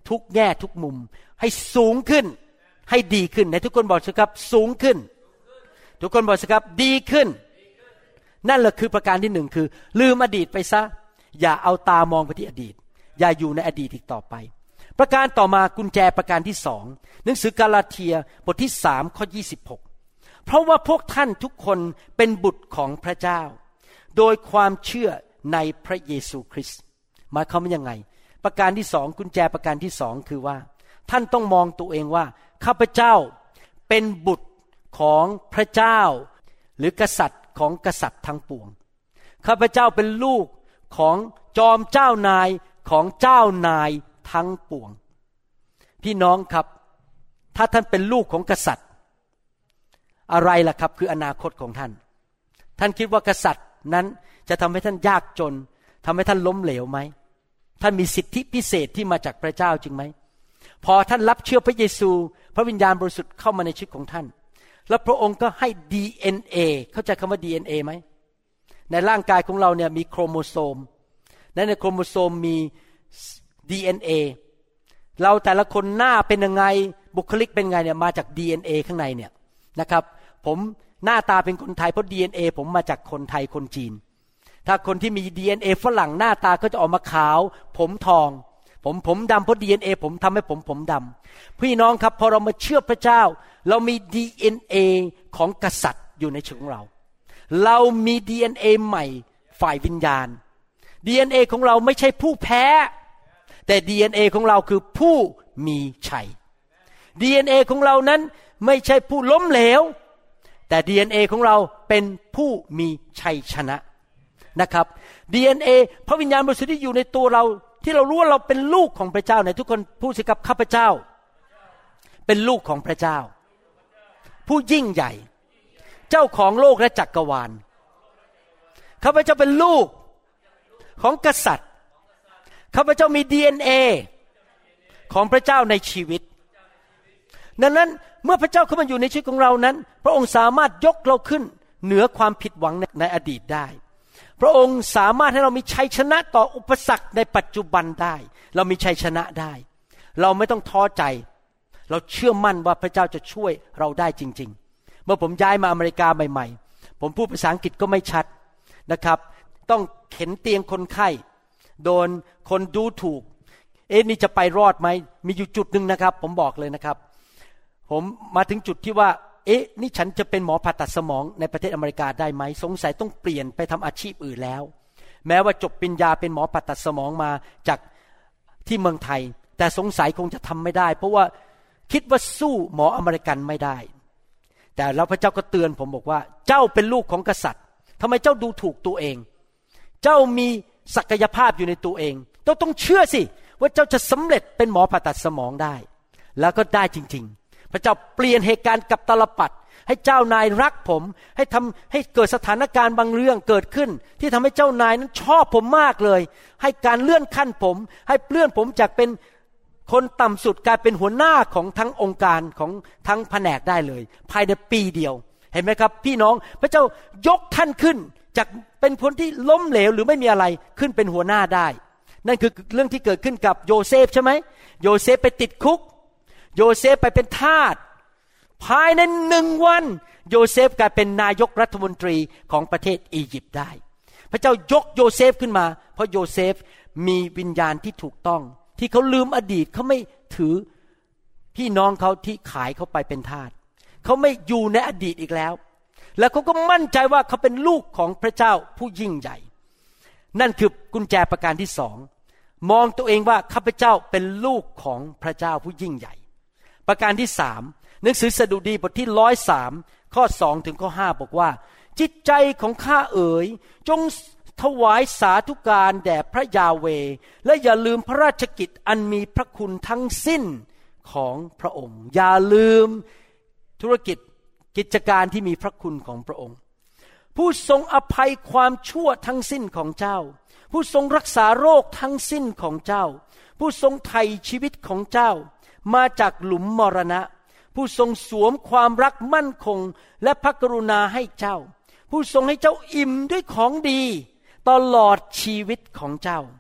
ทุกแง่ทุกมุมให้สูงขึ้นให้ดีขึ้นในทุกคนบอกสิครับสูงขึ้นทุกคนบอกสิครับดีขึ้นนั่นแหละคือประการที่หนึ่งคือลืมอดีตไปซะอย่าเอาตามองไปที่อดีตอย่าอยู่ในอดีตอีกต่อไปประการต่อมากุญแจประการที่สองหนังสือกาลาเทียบทที่3ข้อ26เพราะว่าพวกท่านทุกคนเป็นบุตรของพระเจ้าโดยความเชื่อในพระเยซูคริสต์หมายความว่ายังไงประการที่สองกุญแจประการที่สองคือว่าท่านต้องมองตัวเองว่าข้าพเจ้าเป็นบุตรของพระเจ้าหรือกษัตริย์ของกษัตริย์ทั้งปวงข้าพเจ้าเป็นลูกของจอมเจ้านายของเจ้านายทั้งปวงพี่น้องครับถ้าท่านเป็นลูกของกษัตริย์อะไรล่ะครับคืออนาคตของท่านท่านคิดว่ากษัตริย์นั้นจะทำให้ท่านยากจนทำให้ท่านล้มเหลวไหมท่านมีสิทธิพิเศษที่มาจากพระเจ้าจริงไหมพอท่านรับเชื่อพระเยซูพระวิญญาณบริสุทธิ์เข้ามาในชีวิตของท่านแล้วพระองค์ก็ให้ DNA เข้าใจคำว่า DNA ไหมในร่างกายของเราเนี่ยมีโครโมโซมในโครโมโซมมี DNA เราแต่ละคนหน้าเป็นยังไงบุคลิกเป็นไงเนี่ยมาจาก DNA ข้างในเนี่ยนะครับผมหน้าตาเป็นคนไทยเพราะ DNA ผมมาจากคนไทยคนจีนถ้าคนที่มี DNA ฝรั่งหน้าตาก็จะออกมาขาวผมทองผมดำเพราะ DNA ผมทำให้ผมดำพี่น้องครับพอเรามาเชื่อพระเจ้าเรามี DNA ของกษัตริย์อยู่ในชีวิตของเรามี DNA ใหม่ฝ่ายวิญญาณ DNA ของเราไม่ใช่ผู้แพ้แต่ DNA ของเราคือผู้มีชัย DNA ของเรานั้นไม่ใช่ผู้ล้มเหลวแต่ DNA ของเราเป็นผู้มีชัยชนะนะครับ DNA พระวิญญาณบริสุทธิ์ที่อยู่ในตัวเราที่เรารู้ว่าเราเป็นลูกของพระเจ้าไหนทุกคนพูดสิครับข้าพเจ้าเป็นลูกของพระเจ้าผู้ยิ่งใหญ่เจ้าของโลกและจักรวาลข้าพเจ้าเป็นลูกของกษัตริย์ข้าพเจ้ามี DNA ของพระเจ้าในชีวิตดังนั้นเมื่อพระเจ้าเข้ามาอยู่ในชีวิตของเรานั้นพระองค์สามารถยกเราขึ้นเหนือความผิดหวังในอดีตได้พระองค์สามารถให้เรามีชัยชนะต่ออุปสรรคในปัจจุบันได้เรามีชัยชนะได้เราไม่ต้องท้อใจเราเชื่อมั่นว่าพระเจ้าจะช่วยเราได้จริงๆเมื่อผมย้ายมาอเมริกาใหม่ๆผมพูดภาษาอังกฤษก็ไม่ชัดนะครับต้องเข็นเตียงคนไข้โดนคนดูถูกนี่จะไปรอดไหมมีอยู่จุดนึงนะครับผมบอกเลยนะครับผมมาถึงจุดที่ว่านี่ฉันจะเป็นหมอผ่าตัดสมองในประเทศอเมริกาได้ไหมสงสัยต้องเปลี่ยนไปทำอาชีพอื่นแล้วแม้ว่าจบปริญญาเป็นหมอผ่าตัดสมองมาจากที่เมืองไทยแต่สงสัยคงจะทำไม่ได้เพราะว่าคิดว่าสู้หมออเมริกันไม่ได้แต่แล้วพระเจ้าก็เตือนผมบอกว่าเจ้าเป็นลูกของกษัตริย์ทำไมเจ้าดูถูกตัวเองเจ้ามีศักยภาพอยู่ในตัวเองเจ้าต้องเชื่อสิว่าเจ้าจะสำเร็จเป็นหมอผ่าตัดสมองได้แล้วก็ได้จริงๆพระเจ้าเปลี่ยนเหตุการณ์กับตลปัดให้เจ้านายรักผมให้ทำให้เกิดสถานการณ์บางเรื่องเกิดขึ้นที่ทำให้เจ้านายนั้นชอบผมมากเลยให้การเลื่อนขั้นผมให้เลื่อนผมจากเป็นคนต่ำสุดกลายเป็นหัวหน้าของทั้งองค์การของทั้งแผนกได้เลยภายในปีเดียวเห็นไหมครับพี่น้องพระเจ้ายกท่านขึ้นจากเป็นคนที่ล้มเหลวหรือไม่มีอะไรขึ้นเป็นหัวหน้าได้นั่นคือเรื่องที่เกิดขึ้นกับโยเซฟใช่ไหมโยเซฟไปติดคุกโยเซฟไปเป็นทาสภายใน1 วันโยเซฟกลายเป็นนายกรัฐมนตรีของประเทศอียิปต์ได้พระเจ้ายกโยเซฟขึ้นมาเพราะโยเซฟมีวิญญาณที่ถูกต้องที่เขาลืมอดีตเขาไม่ถือพี่น้องเขาที่ขายเขาไปเป็นทาสเขาไม่อยู่ในอดีตอีกแล้วแล้วเขาก็มั่นใจว่าเขาเป็นลูกของพระเจ้าผู้ยิ่งใหญ่นั่นคือกุญแจประการที่2มองตัวเองว่าข้าพเจ้าเป็นลูกของพระเจ้าผู้ยิ่งใหญ่ประการที่3หนังสือสดุดีบทที่103ข้อ2ถึงข้อ5บอกว่าจิตใจของข้าเอ๋ยจงถวายสาธุการแด่พระยาเวห์และอย่าลืมพระราชกิจอันมีพระคุณทั้งสิ้นของพระองค์อย่าลืมธุรกิจกิจการที่มีพระคุณของพระองค์ผู้ทรงอภัยความชั่วทั้งสิ้นของเจ้าผู้ทรงรักษาโรคทั้งสิ้นของเจ้าผู้ทรงไถ่ชีวิตของเจ้ามาจากหลุมมรณะผู้ทรงสวมความรักมั่นคงและพระกรุณาให้เจ้าผู้ทรงให้เจ้าอิ่มด้วยของดีตลอดชีวิตของเจ้า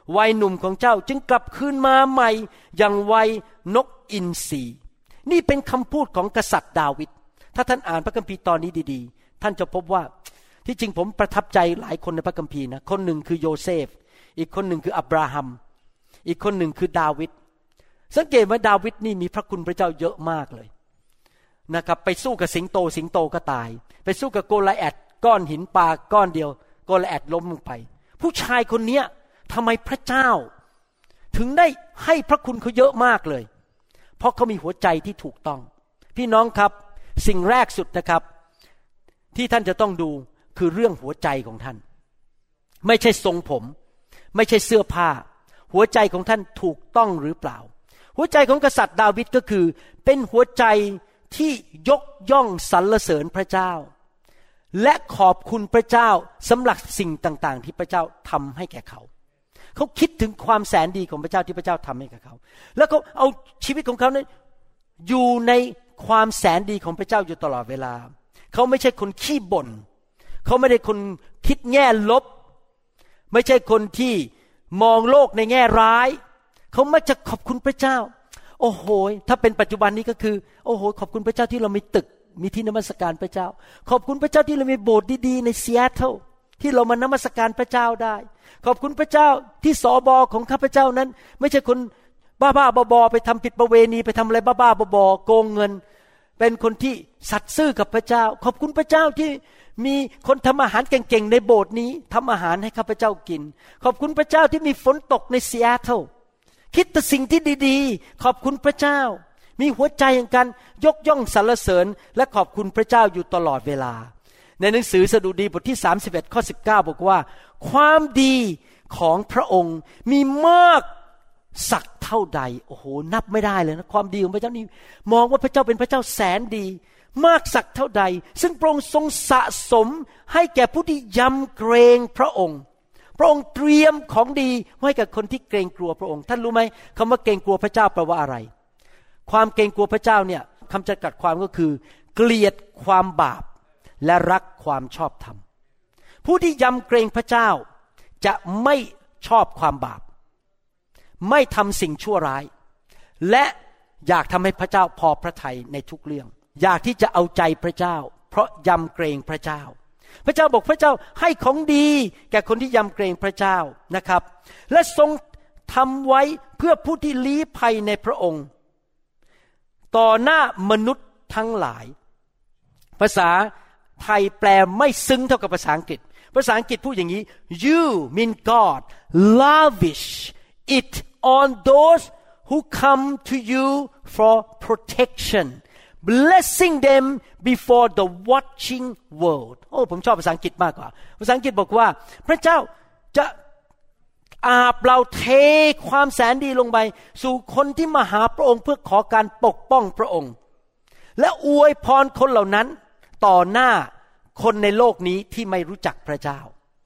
วัยหนุ่มของเจ้าจึงกลับคืนมาใหม่อย่างวัยนกอินทรีนี่เป็นคำพูดของกษัตริย์ดาวิดถ้าท่านอ่านพระคัมภีร์ตอนนี้ดีๆท่านจะพบว่าที่จริงผมประทับใจหลายคนในพระคัมภีร์นะคนหนึ่งคือโยเซฟอีกคนหนึ่งคืออับราฮัมอีกคนหนึ่งคือดาวิดสังเกตว่าดาวิดนี่มีพระคุณพระเจ้าเยอะมากเลยนะครับไปสู้กับสิงโตก็ตายไปสู้กับโกลิแอธก้อนหินปลาก้อนเดียวโกลิแอธล้มลงไปผู้ชายคนนี้ทำไมพระเจ้าถึงได้ให้พระคุณเขาเยอะมากเลยเพราะเขามีหัวใจที่ถูกต้องพี่น้องครับสิ่งแรกสุดนะครับที่ท่านจะต้องดูคือเรื่องหัวใจของท่านไม่ใช่ทรงผมไม่ใช่เสื้อผ้าหัวใจของท่านถูกต้องหรือเปล่าหัวใจของกษัตริย์ดาวิดก็คือเป็นหัวใจที่ยกย่องสรรเสริญพระเจ้าและขอบคุณพระเจ้าสำหรับสิ่งต่างๆที่พระเจ้าทำให้แก่เขาเขาคิดถึงความแสนดีของพระเจ้าที่พระเจ้าทำให้กับเขาแล้วเขาเอาชีวิตของเขานั้นอยู่ในความแสนดีของพระเจ้าอยู่ตลอดเวลาเขาไม่ใช่คนขี้บ่นเขาไม่ได้คนคิดแง่ลบไม่ใช่คนที่มองโลกในแง่ร้ายเขามักจะขอบคุณพระเจ้าโอ้โหถ้าเป็นปัจจุบันนี้ก็คือโอ้โหขอบคุณพระเจ้าที่เรามีตึกมีที่นมัสการพระเจ้าขอบคุณพระเจ้าที่เรามีโบสถ์ดีๆในซีแอตเทิลที่เรามานมัสการพระเจ้าได้ขอบคุณพระเจ้าที่สบของข้าพเจ้านั้นไม่ใช่คนบ้าๆบอๆไปทำผิดประเวณีไปทำอะไรบ้าๆบอๆโกงเงินเป็นคนที่สัตย์ซื่อกับพระเจ้าขอบคุณพระเจ้าที่มีคนทำอาหารเก่งๆในโบสถ์นี้ทำอาหารให้ข้าพเจ้ากินขอบคุณพระเจ้าที่มีฝนตกในซีแอตเทิลคิดแต่สิ่งที่ดีๆขอบคุณพระเจ้ามีหัวใจแห่งการยกย่องสรรเสริญและขอบคุณพระเจ้าอยู่ตลอดเวลาในหนังสือสดุดีบทที่31ข้อ19บอกว่าความดีของพระองค์มีมากสักเท่าใดโอ้โหนับไม่ได้เลยนะความดีของพระเจ้านี่มองว่าพระเจ้าเป็นพระเจ้าแสนดีมากสักเท่าใดซึ่งพระองค์ทรงสะสมให้แก่ผู้ที่ยำเกรงพระองค์พระองค์เตรียมของดีไว้กับคนที่เกรงกลัวพระองค์ท่านรู้ไหมคำว่าเกรงกลัวพระเจ้าแปลว่าอะไรความเกรงกลัวพระเจ้าเนี่ยคำจำกัดความก็คือเกลียดความบาปและรักความชอบธรรมผู้ที่ยำเกรงพระเจ้าจะไม่ชอบความบาปไม่ทำสิ่งชั่วร้ายและอยากทำให้พระเจ้าพอพระทัยในทุกเรื่องอยากที่จะเอาใจพระเจ้าเพราะยำเกรงพระเจ้าพระเจ้าบอกพระเจ้าให้ของดีแก่คนที่ยำเกรงพระเจ้านะครับและทรงทำไว้เพื่อผู้ที่ลี้ภัยในพระองค์ต่อหน้ามนุษย์ทั้งหลายภาษาไทยแปลไม่ซึ้งเท่ากับภาษาอังกฤษภาษาอังกฤษพูดอย่างนี้ You mean God lavish it on those who come to you for protection blessing them before the watching world โอ้ผมชอบภาษาอังกฤษมากกว่าภาษาอังกฤษบอกว่าพระเจ้าจะอาบเราเทความแสนดีลงไปสู่คนที่มาหาพระองค์เพื่อขอการปกป้องพระองค์และอวยพรคนเหล่านั้นต่อหน้าคนในโลกนี้ที่ไม่รู้จักพระเจ้า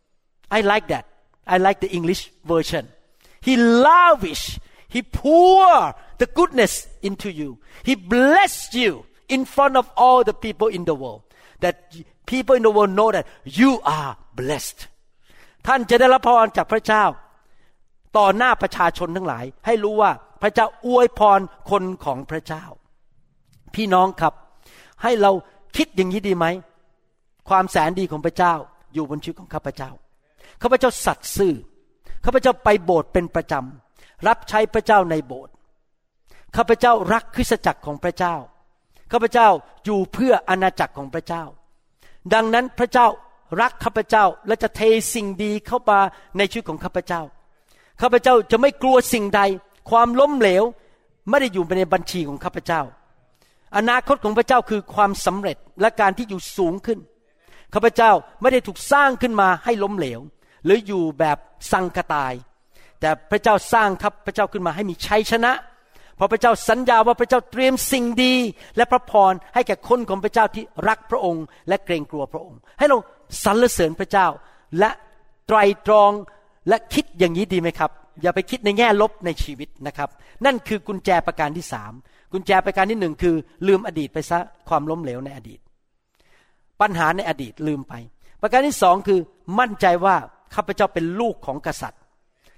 I like that I like the English version He lavish He pour the goodness into you He blessed you in front of all the people in the world that people in the world know that you are blessed ท่านจะได้รับพรจากพระเจ้าต่อหน้าประชาชนทั้งหลายให้รู้ว่าพระเจ้าอวยพรคนของพระเจ้าพี่น้องครับให้เราคิดอย่างนี้ดีไหมความแสนดีของพระเจ้าอยู่บนชีวิตของข้าพเจ้าข้าพเจ้าสัตย์ซื่อข้าพเจ้าไปโบสถ์เป็นประจำรับใช้พระเจ้าในโบสถ์ข้าพเจ้ารักคริสตจักรของพระเจ้าข้าพเจ้าอยู่เพื่ออาณาจักรของพระเจ้าดังนั้นพระเจ้ารักข้าพเจ้าและจะเทสิ่งดีเข้ามาในชีวิตของข้าพเจ้าข้าพเจ้าจะไม่กลัวสิ่งใดความล้มเหลวไม่ได้อยู่ในบัญชีของข้าพเจ้าอนาคตของพระเจ้าคือความสำเร็จและการที่อยู่สูงขึ้นข้าพเจ้าไม่ได้ถูกสร้างขึ้นมาให้ล้มเหลวหรืออยู่แบบสังกตายแต่พระเจ้าสร้างข้าพเจ้าขึ้นมาให้มีชัยชนะเพราะพระเจ้าสัญญาว่าพระเจ้าเตรียมสิ่งดีและพระพรให้แก่คนของพระเจ้าที่รักพระองค์และเกรงกลัวพระองค์ให้เราสรรเสริญพระเจ้าและไตร่ตรองและคิดอย่างนี้ดีไหมครับอย่าไปคิดในแง่ลบในชีวิตนะครับนั่นคือกุญแจประการที่3กุญแจประการที่1คือลืมอดีตไปซะความล้มเหลวในอดีตปัญหาในอดีตลืมไปประการที่2คือมั่นใจว่าข้าพเจ้าเป็นลูกของกษัตริย์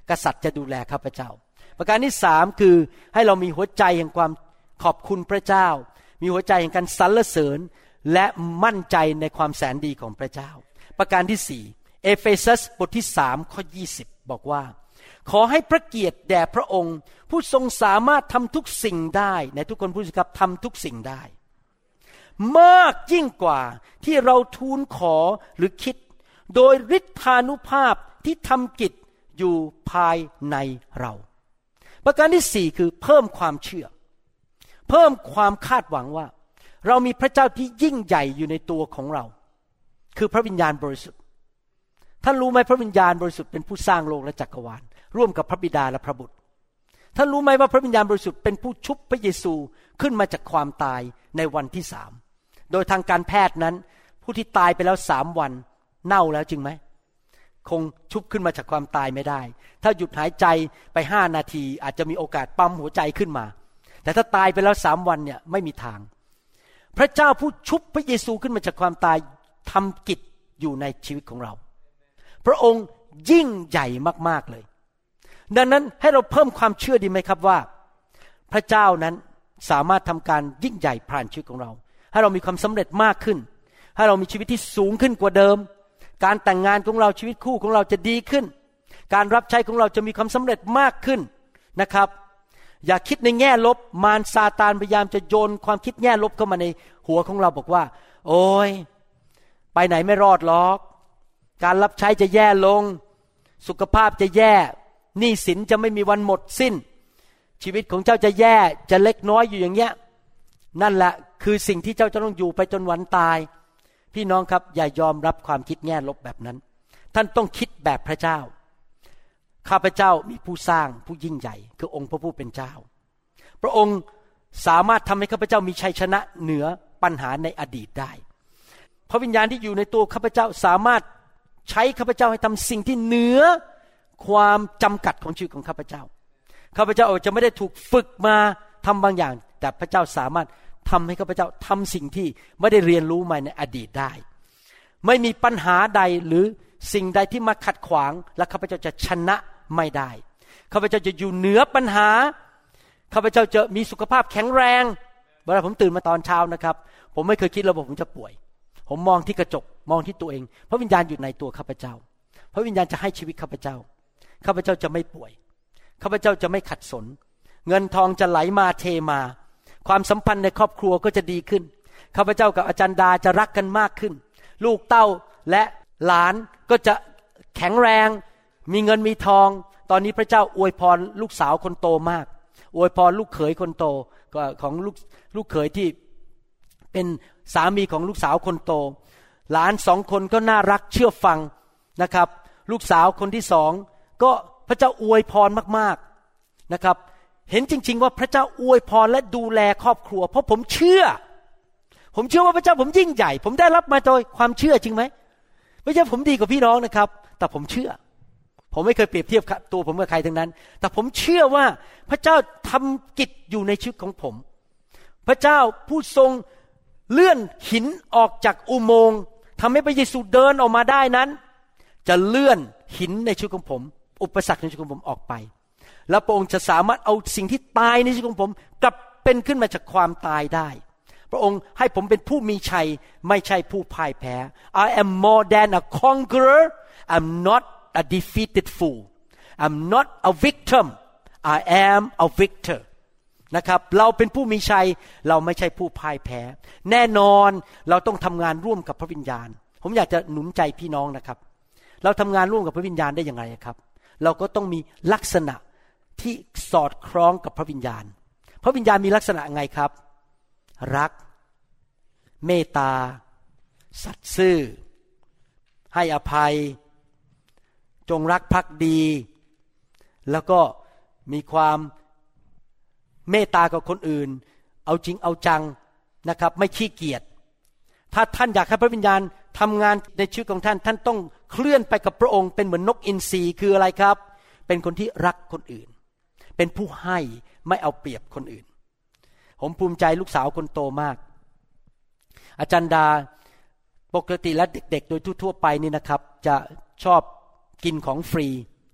กษัตริย์จะดูแลข้าพเจ้าประการที่3คือให้เรามีหัวใจแห่งความขอบคุณพระเจ้ามีหัวใจแห่งการสรรเสริญและมั่นใจในความแสนดีของพระเจ้าประการที่4เอเฟซัสบทที่3ข้อ20บอกว่าขอให้พระเกียรติแด่พระองค์ผู้ทรงสามารถทำทุกสิ่งได้ในทุกคนพูดสิครับทำทุกสิ่งได้มากยิ่งกว่าที่เราทูลขอหรือคิดโดยฤทธานุภาพที่ทำกิจอยู่ภายในเราประการที่4คือเพิ่มความเชื่อเพิ่มความคาดหวังว่าเรามีพระเจ้าที่ยิ่งใหญ่อยู่ในตัวของเราคือพระวิญญาณบริสุทธิ์ท่านรู้ไหมพระวิญญาณบริสุทธิ์เป็นผู้สร้างโลกและจักรวาลร่วมกับพระบิดาและพระบุตรท่านรู้ไหมว่าพระวิญญาณบริสุทธิ์เป็นผู้ชุบพระเยซูขึ้นมาจากความตายในวันที่3โดยทางการแพทย์นั้นผู้ที่ตายไปแล้ว3วันเน่าแล้วจริงไหมคงชุบขึ้นมาจากความตายไม่ได้ถ้าหยุดหายใจไป5นาทีอาจจะมีโอกาสปั๊มหัวใจขึ้นมาแต่ถ้าตายไปแล้ว3วันเนี่ยไม่มีทางพระเจ้าผู้ชุบพระเยซูขึ้นมาจากความตายทำกิจอยู่ในชีวิตของเราพระองค์ยิ่งใหญ่มากๆเลยดังนั้นให้เราเพิ่มความเชื่อดีไหมครับว่าพระเจ้านั้นสามารถทำการยิ่งใหญ่ผ่านชีวิตของเราให้เรามีความสำเร็จมากขึ้นให้เรามีชีวิตที่สูงขึ้นกว่าเดิมการแต่งงานของเราชีวิตคู่ของเราจะดีขึ้นการรับใช้ของเราจะมีความสำเร็จมากขึ้นนะครับอย่าคิดในแง่ลบมารซาตานพยายามจะโยนความคิดแง่ลบเข้ามาในหัวของเราบอกว่าโอ๊ยไปไหนไม่รอดหรอกการรับใช้จะแย่ลงสุขภาพจะแย่หนี้สินจะไม่มีวันหมดสิ้นชีวิตของเจ้าจะแย่จะเล็กน้อยอยู่อย่างเงี้ยนั่นแหละคือสิ่งที่เจ้าจะต้องอยู่ไปจนวันตายพี่น้องครับอย่ายอมรับความคิดแง่ลบแบบนั้นท่านต้องคิดแบบพระเจ้าข้าพเจ้ามีผู้สร้างผู้ยิ่งใหญ่คือองค์พระผู้เป็นเจ้าพระองค์สามารถทำให้ข้าพเจ้ามีชัยชนะเหนือปัญหาในอดีตได้พระวิญญาณที่อยู่ในตัวข้าพเจ้าสามารถใช้ข้าพเจ้าให้ทำสิ่งที่เหนือความจำกัดของชีวิตของข้าพเจ้าข้าพเจ้าอาจจะไม่ได้ถูกฝึกมาทำบางอย่างแต่พระเจ้าสามารถทำให้ข้าพเจ้าทำสิ่งที่ไม่ได้เรียนรู้มาในอดีตได้ไม่มีปัญหาใดหรือสิ่งใดที่มาขัดขวางและข้าพเจ้าจะชนะไม่ได้ข้าพเจ้าจะอยู่เหนือปัญหาข้าพเจ้าจะมีสุขภาพแข็งแรงเวลาผมตื่นมาตอนเช้านะครับผมไม่เคยคิดเลยว่าผมจะป่วยผมมองที่กระจกมองที่ตัวเองพระวิญญาณอยู่ในตัวข้าพเจ้าพระวิญญาณจะให้ชีวิตข้าพเจ้าข้าพเจ้าจะไม่ป่วยข้าพเจ้าจะไม่ขัดสนเงินทองจะไหลมาเทมาความสัมพันธ์ในครอบครัวก็จะดีขึ้นข้าพเจ้ากับอาจารย์ดาจะรักกันมากขึ้นลูกเต้าและหลานก็จะแข็งแรงมีเงินมีทองตอนนี้พระเจ้าอวยพรลูกสาวคนโตมากอวยพรลูกเขยคนโตของลูกเขยที่เป็นสามีของลูกสาวคนโตหลาน2คนก็น่ารักเชื่อฟังนะครับลูกสาวคนที่2ก็พระเจ้าอวยพรมากๆนะครับเห็นจริงๆว่าพระเจ้าอวยพรและดูแลครอบครัวเพราะผมเชื่อว่าพระเจ้าผมยิ่งใหญ่ผมได้รับมาโดยความเชื่อจริงไหมไม่ใช่ผมดีกว่าพี่น้องนะครับแต่ผมเชื่อผมไม่เคยเปรียบเทียบตัวผมกับใครทั้งนั้นแต่ผมเชื่อว่าพระเจ้าทำกิจอยู่ในชีวิตของผมพระเจ้าผู้ทรงเลื่อนหินออกจากอุโมงค์ทำให้พระเยซูเดินออกมาได้นั้นจะเลื่อนหินในชีวิตของผมอุปสรรคในชีวิตของผมออกไปแล้วพระองค์จะสามารถเอาสิ่งที่ตายในชีวิตของผมกลับเป็นขึ้นมาจากความตายได้พระองค์ให้ผมเป็นผู้มีชัยไม่ใช่ผู้พ่ายแพ้ I am more than a conqueror I'm not a defeated fool I'm not a victim I am a victor นะครับเราเป็นผู้มีชัยเราไม่ใช่ผู้พ่ายแพ้แน่นอนเราต้องทำงานร่วมกับพระวิญญาณผมอยากจะหนุนใจพี่น้องนะครับเราทำงานร่วมกับพระวิญญาณได้อย่างไรครับเราก็ต้องมีลักษณะที่สอดคล้องกับพระวิญญาณพระวิญญาณมีลักษณะไงครับรักเมตตาสัตย์ซื่อให้อภัยจงรักภักดีแล้วก็มีความเมตตากับคนอื่นเอาจริงเอาจังนะครับไม่ขี้เกียจถ้าท่านอยากให้พระวิญญาณทำงานในชีวิตของท่านท่านต้องเคลื่อนไปกับพระองค์เป็นเหมือนนกอินทรีคืออะไรครับเป็นคนที่รักคนอื่นเป็นผู้ให้ไม่เอาเปรียบคนอื่นผมภูมิใจลูกสาวคนโตมากอาจารย์ดาปกติและเด็กๆโดยทั่วๆไปนี่นะครับจะชอบกินของฟรี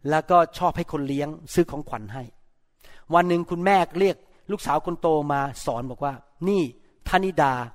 แล้วก็ชอบให้คนเลี้ยงซื้อของขวัญให้วันหนึ่งคุณแม่เรียกลูกสาวคนโตมาสอนบอกว่านี่ธนิดา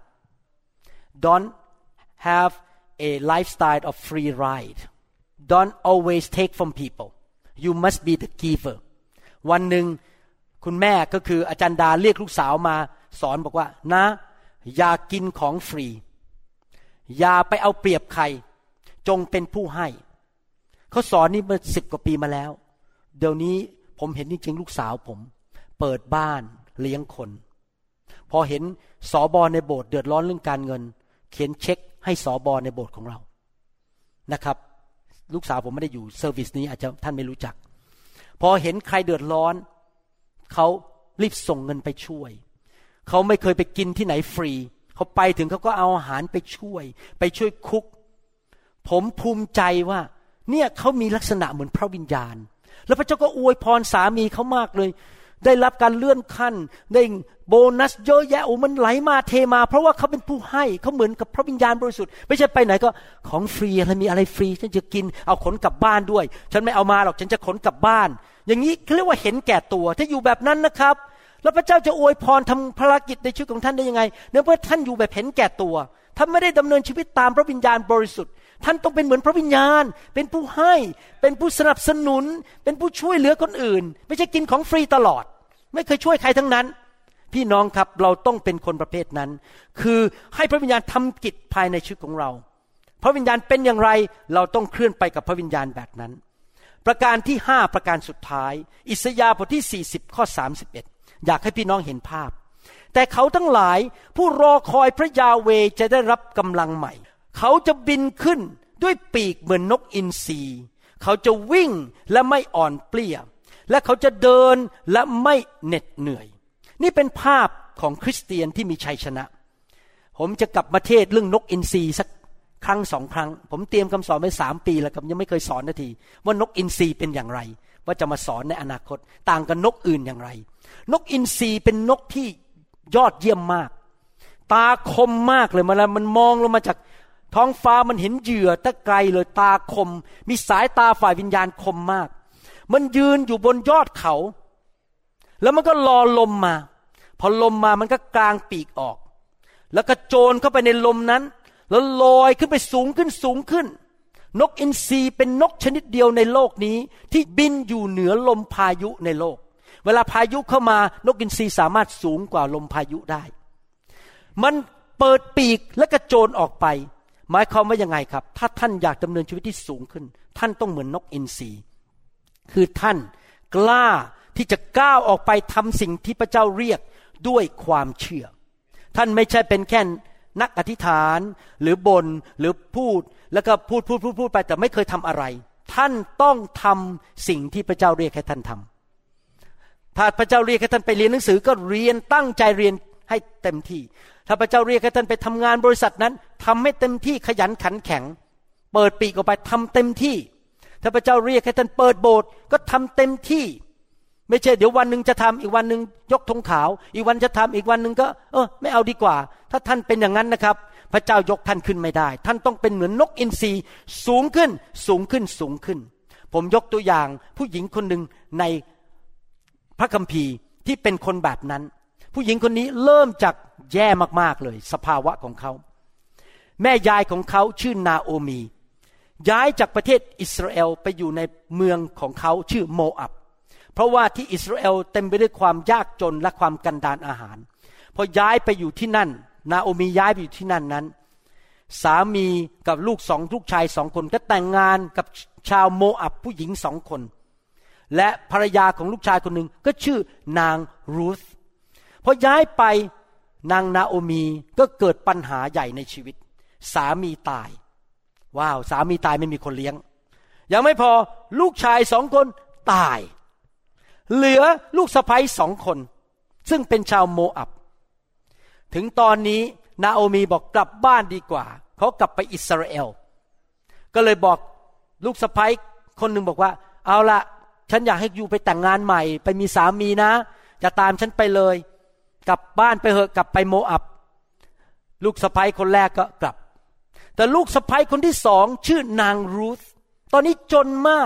don't have a lifestyle of free ride don't always take from people you must be the giver วันหนึ่งคุณแม่ก็คืออาจารย์ดาเรียกลูกสาวมาสอนบอกว่านะอย่ากินของฟรีอย่าไปเอาเปรียบใครจงเป็นผู้ให้เขาสอนนี่มา10 กว่าปีมาแล้วเดี๋ยวนี้ผมเห็นจริงๆลูกสาวผมเปิดบ้านเลี้ยงคนพอเห็นสบในโบสถ์เดือดร้อนเรื่องการเงินเขียนเช็คให้สบในโบสถ์ของเรานะครับลูกสาวผมไม่ได้อยู่เซอร์วิสนี้อาจจะท่านไม่รู้จักพอเห็นใครเดือดร้อนเขารีบส่งเงินไปช่วยเขาไม่เคยไปกินที่ไหนฟรีเขาไปถึงเขาก็เอาอาหารไปช่วยคุกผมภูมิใจว่าเนี่ยเขามีลักษณะเหมือนพระวิญญาณแล้วพระเจ้าก็อวยพรสามีเขามากเลยได้รับการเลื่อนขั้นได้โบนัสเยอะแยะโอ้มันไหลมาเทมาเพราะว่าเขาเป็นผู้ให้เขาเหมือนกับพระวิญญาณบริสุทธิ์ไม่ใช่ไปไหนก็ของฟรีอะไรมีอะไรฟรีฉันจะกินเอาขนกลับบ้านด้วยฉันไม่เอามาหรอกฉันจะขนกลับบ้านอย่างนี้เขาเรียกว่าเห็นแก่ตัวถ้าอยู่แบบนั้นนะครับแล้วพระเจ้าจะอวยพรทำภารกิจในชีวิตของท่านได้ยังไงเนื่องจากท่านอยู่แบบเห็นแก่ตัวท่านไม่ได้ดำเนินชีวิตตามพระวิญญาณบริสุทธิ์ท่านต้องเป็นเหมือนพระวิญญาณเป็นผู้ให้เป็นผู้สนับสนุนเป็นผู้ช่วยเหลือคนอื่นไม่ใช่กินของฟรีตลอดไม่เคยช่วยใครทั้งนั้นพี่น้องครับเราต้องเป็นคนประเภทนั้นคือให้พระวิญญาณทำกิจภายในชีวิตของเราพระวิญญาณเป็นอย่างไรเราต้องเคลื่อนไปกับพระวิญญาณแบบนั้นประการที่5ประการสุดท้ายอิสยาห์บทที่40ข้อ31อยากให้พี่น้องเห็นภาพแต่เขาทั้งหลายผู้รอคอยพระยาเวห์จะได้รับกำลังใหม่เขาจะบินขึ้นด้วยปีกเหมือนนกอินทรีเขาจะวิ่งและไม่อ่อนเปลี้ยและเขาจะเดินและไม่เหน็ดเหนื่อยนี่เป็นภาพของคริสเตียนที่มีชัยชนะผมจะกลับมาเทศเรื่องนกอินทรีสักครั้ง2 ครั้งผมเตรียมคำสอนไว้3 ปีแล้วครับยังไม่เคยสอนนาทีว่านกอินทรีเป็นอย่างไรว่าจะมาสอนในอนาคตต่างกับนกอื่นอย่างไรนกอินทรีเป็นนกที่ยอดเยี่ยมมากตาคมมากเลยมันมองลงมาจากท้องฟ้ามันเห็นเหยื่อตั้งไกลเลยตาคมมีสายตาฝ่ายวิญญาณคมมากมันยืนอยู่บนยอดเขาแล้วมันก็รอลมมาพอลมมามันก็กางปีกออกแล้วก็โจรเข้าไปในลมนั้นแล้วลอยขึ้นไปสูงขึ้นนกอินทรีเป็นนกชนิดเดียวในโลกนี้ที่บินอยู่เหนือลมพายุในโลกเวลาพายุเข้ามานกอินทรีสามารถสูงกว่าลมพายุได้มันเปิดปีกและกระโจนออกไปหมายความว่ายังไงครับถ้าท่านอยากดำเนินชีวิตที่สูงขึ้นท่านต้องเหมือนนกอินทรีคือท่านกล้าที่จะก้าวออกไปทำสิ่งที่พระเจ้าเรียกด้วยความเชื่อท่านไม่ใช่เป็นแค่นักอธิษฐานหรือบ่นหรือพูดแล้วก็พูดไปแต่ไม่เคยทำอะไรท่านต้องทำสิ่งที่พระเจ้าเรียกให้ท่านทำถ้าพระเจ้าเรียกให้ท่านไปเรียนหนังสือก็เรียนตั้งใจเรียนให้เต็มที่ถ้าพระเจ้าเรียกให้ท่านไปทำงานบริษัทนั้นทำให้เต็มที่ขยันขันแข็งเปิดปีกออกไปทำเต็มที่ถ้าพระเจ้าเรียกให้ท่านเปิดโบสถ์ก็ทำเต็มที่ไม่ใช่เดี๋ยววันนึงจะทำอีกวันนึงยกธงขาวอีกวันจะทำอีกวันนึงก็ไม่เอาดีกว่าถ้าท่านเป็นอย่างนั้นนะครับพระเจ้ายกท่านขึ้นไม่ได้ท่านต้องเป็นเหมือนนกอินทรีสูงขึ้นผมยกตัวอย่างผู้หญิงคนหนึ่งในพระคัมภีร์ที่เป็นคนแบบนั้นผู้หญิงคนนี้เริ่มจากแย่มากๆเลยสภาวะของเขาแม่ยายของเขาชื่อนาโอมีย้ายจากประเทศอิสราเอลไปอยู่ในเมืองของเขาชื่อโมอับเพราะว่าที่อิสราเอลเต็มไปด้วยความยากจนและความกันดารอาหารพอย้ายไปอยู่ที่นั่นนาโอมีย้ายไปอยู่ที่นั่นนั้นสามีกับลูกชาย2 คนก็แต่งงานกับชาวโมอับผู้หญิง2 คนและภรรยาของลูกชายคนหนึ่งก็ชื่อนางรูธพอย้ายไปนางนาโอมีก็เกิดปัญหาใหญ่ในชีวิตสามีตายว้าวสามีตายไม่มีคนเลี้ยงยังไม่พอลูกชาย2 คนตายเหลือลูกสะใภ้2 คนซึ่งเป็นชาวโมอับถึงตอนนี้นาโอมีบอกกลับบ้านดีกว่าเขากลับไปอิสราเอลก็เลยบอกลูกสะใภ้คนหนึ่งบอกว่าเอาละฉันอยากให้อยู่ไปแต่งงานใหม่ไปมีสามีนะจะตามฉันไปเลยกลับบ้านไปเหอะกลับไปโมอับลูกสะใภ้คนแรกก็กลับแต่ลูกสะใภ้คนที่2ชื่อนางรูธตอนนี้จนมาก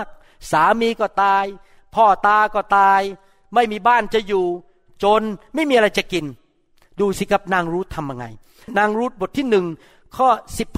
สามีก็ตายพ่อตาก็ตายไม่มีบ้านจะอยู่จนไม่มีอะไรจะกินดูสิครับนางรูธทำยังไงนางรูธบทที่1ข้อ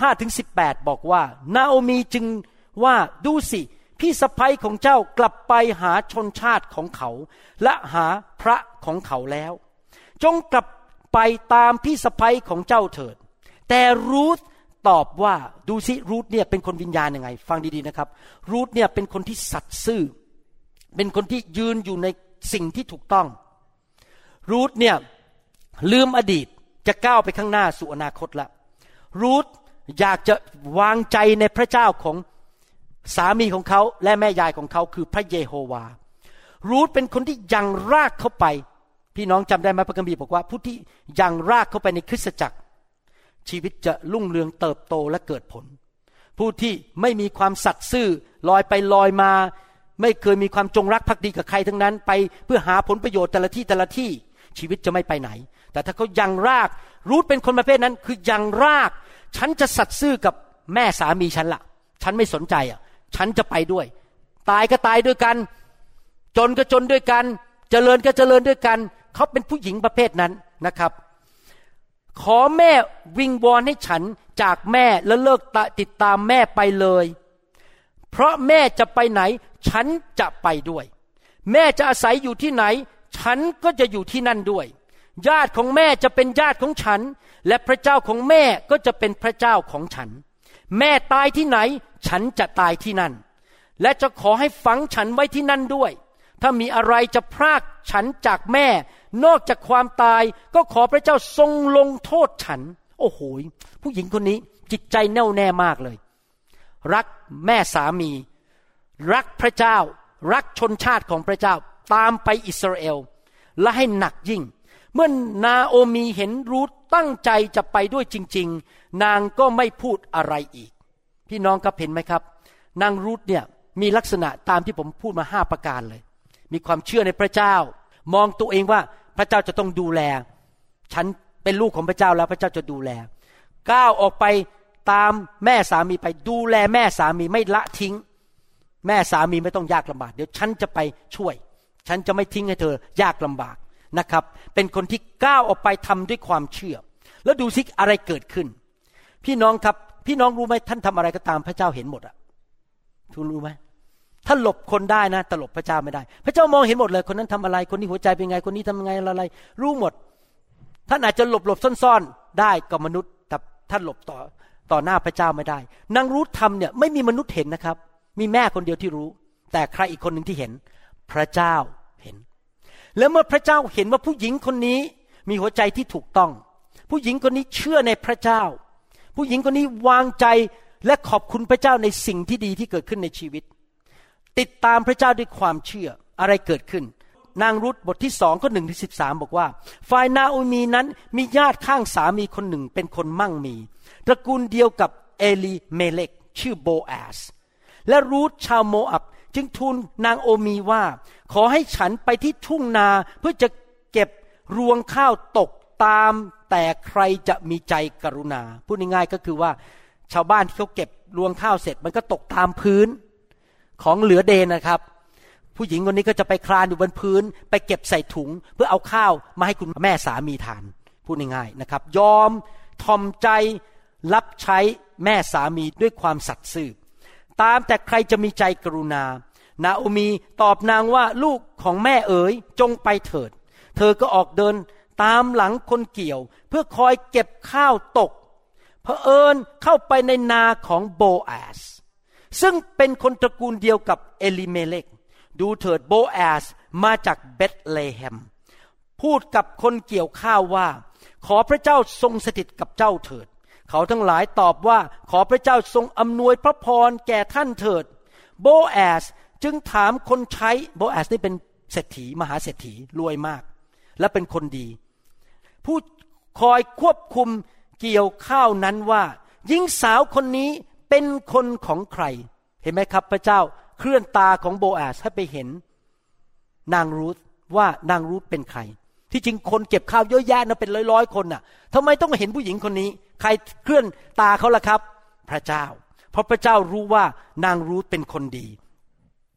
15-18 บอกว่านาโอมีจึงว่าดูสิพี่สะใภ้ของเจ้ากลับไปหาชนชาติของเขาและหาพระของเขาแล้วจงกลับไปตามพี่สะใภ้ของเจ้าเถิดแต่รูธตอบว่าดูสิรูธเนี่ยเป็นคนวิญญาณยังไงฟังดีๆนะครับรูธเนี่ยเป็นคนที่สัตย์ซื่อเป็นคนที่ยืนอยู่ในสิ่งที่ถูกต้องรูธเนี่ยลืมอดีตจะก้าวไปข้างหน้าสู่อนาคตละรูธอยากจะวางใจในพระเจ้าของสามีของเขาและแม่ยายของเขาคือพระเยโฮวารูธเป็นคนที่ยังรากเข้าไปพี่น้องจำได้ไหมพระคัมภีร์บอกว่าผู้ที่ยังรากเข้าไปในคริสตจักรชีวิตจะรุ่งเรืองเติบโตและเกิดผลผู้ที่ไม่มีความสัตย์ซื่อลอยไปลอยมาไม่เคยมีความจงรักภักดีกับใครทั้งนั้นไปเพื่อหาผลประโยชน์แต่ละที่ชีวิตจะไม่ไปไหนแต่ถ้าเขายังรากรูธเป็นคนประเภทนั้นคือยังรากฉันจะสัตย์ซื่อกับแม่สามีฉันละฉันไม่สนใจฉันจะไปด้วยตายก็ตายด้วยกันจนก็จนด้วยกันเจริญก็เจริญด้วยกันเขาเป็นผู้หญิงประเภทนั้นนะครับขอแม่วิงวอนให้ฉันจากแม่แล้วเลิกติดตามแม่ไปเลยเพราะแม่จะไปไหนฉันจะไปด้วยแม่จะอาศัยอยู่ที่ไหนฉันก็จะอยู่ที่นั่นด้วยญาติของแม่จะเป็นญาติของฉันและพระเจ้าของแม่ก็จะเป็นพระเจ้าของฉันแม่ตายที่ไหนฉันจะตายที่นั่นและจะขอให้ฝังฉันไว้ที่นั่นด้วยถ้ามีอะไรจะพรากฉันจากแม่นอกจากความตายก็ขอพระเจ้าทรงลงโทษฉันโอ้โหผู้หญิงคนนี้จิตใจแน่วแน่มากเลยรักแม่สามีรักพระเจ้ารักชนชาติของพระเจ้าตามไปอิสราเอลและให้หนักยิ่งเมื่อนาโอมีเห็นรูธตั้งใจจะไปด้วยจริงๆนางก็ไม่พูดอะไรอีกพี่น้องครับเห็นไหมครับนางรูธเนี่ยมีลักษณะตามที่ผมพูดมา5ประการเลยมีความเชื่อในพระเจ้ามองตัวเองว่าพระเจ้าจะต้องดูแลฉันเป็นลูกของพระเจ้าแล้วพระเจ้าจะดูแลก้าวออกไปตามแม่สามีไปดูแลแม่สามีไม่ละทิ้งแม่สามีไม่ต้องยากลำบากเดี๋ยวฉันจะไปช่วยฉันจะไม่ทิ้งให้เธอยากลำบากนะครับเป็นคนที่ก้าวออกไปทำด้วยความเชื่อแล้วดูสิอะไรเกิดขึ้นพี่น้องครับพี่น้องรู้ไหมท่านทำอะไรก็ตามพระเจ้าเห็นหมดอ่ะทุกรู้ไหมถ้าหลบคนได้นะแต่หลบพระเจ้าไม่ได้พระเจ้ามองเห็นหมดเลยคนนั้นทำอะไรคนนี้หัวใจเป็นไงคนนี้ทำยังไงอะไรรู้หมดท่านอาจจะหลบซ่อนๆได้กับมนุษย์แต่ท่านหลบต่อหน้าพระเจ้าไม่ได้นางรูธทำเนี่ยไม่มีมนุษย์เห็นนะครับมีแม่คนเดียวที่รู้แต่ใครอีกคนหนึ่งที่เห็นพระเจ้าเห็นแล้วเมื่อพระเจ้าเห็นว่าผู้หญิงคนนี้มีหัวใจที่ถูกต้องผู้หญิงคนนี้เชื่อในพระเจ้าผู้หญิงคนนี้วางใจและขอบคุณพระเจ้าในสิ่งที่ดีที่เกิดขึ้นในชีวิตติดตามพระเจ้าด้วยความเชื่ออะไรเกิดขึ้นนางรูธบทที่2ข้อ1ถึง13บอกว่าฝ่ายนาโอมีนั้นมีญาติข้างสามีคนหนึ่งเป็นคนมั่งมีตระกูลเดียวกับเอลีเมเลกชื่อโบอาสและรูธชาวโมอับจึงทูลนางโอมีว่าขอให้ฉันไปที่ทุ่งนาเพื่อจะเก็บรวงข้าวตกตามแต่ใครจะมีใจกรุณาพูดง่ายๆก็คือว่าชาวบ้านที่เขาเก็บรวงข้าวเสร็จมันก็ตกตามพื้นของเหลือเดนนะครับผู้หญิงคนนี้ก็จะไปคลานอยู่บนพื้นไปเก็บใส่ถุงเพื่อเอาข้าวมาให้คุณแม่สามีทานพูดง่ายๆนะครับยอมทอมใจรับใช้แม่สามีด้วยความสัตย์ซื่อตามแต่ใครจะมีใจกรุณานาโอมีตอบนางว่าลูกของแม่เอ๋ยจงไปเถิดเธอก็ออกเดินตามหลังคนเกี่ยวเพื่อคอยเก็บข้าวตกเผอิญเข้าไปในนาของโบอาสซึ่งเป็นคนตระกูลเดียวกับเอลิเมเลกดูเถิดโบอาสมาจากเบธเลเฮมพูดกับคนเกี่ยวข้าวว่าขอพระเจ้าทรงสถิตกับเจ้าเถิดเขาทั้งหลายตอบว่าขอพระเจ้าทรงอำนวยพระพรแก่ท่านเถิดโบอาสจึงถามคนใช้โบอาสนี่เป็นเศรษฐีมหาเศรษฐีรวยมากและเป็นคนดีผู้คอยควบคุมเกี่ยวข้าวนั้นว่าหญิงสาวคนนี้เป็นคนของใครเห็นไหมครับพระเจ้าเคลื่อนตาของโบอาสให้ไปเห็นนางรูธว่านางรูธเป็นใครที่จริงคนเก็บข้าวเยอะแยะนะเป็นร้อยๆคนน่ะทำไมต้องมาเห็นผู้หญิงคนนี้ใครเคลื่อนตาเขาล่ะครับพระเจ้าเพราะพระเจ้ารู้ว่านางรูธเป็นคนดี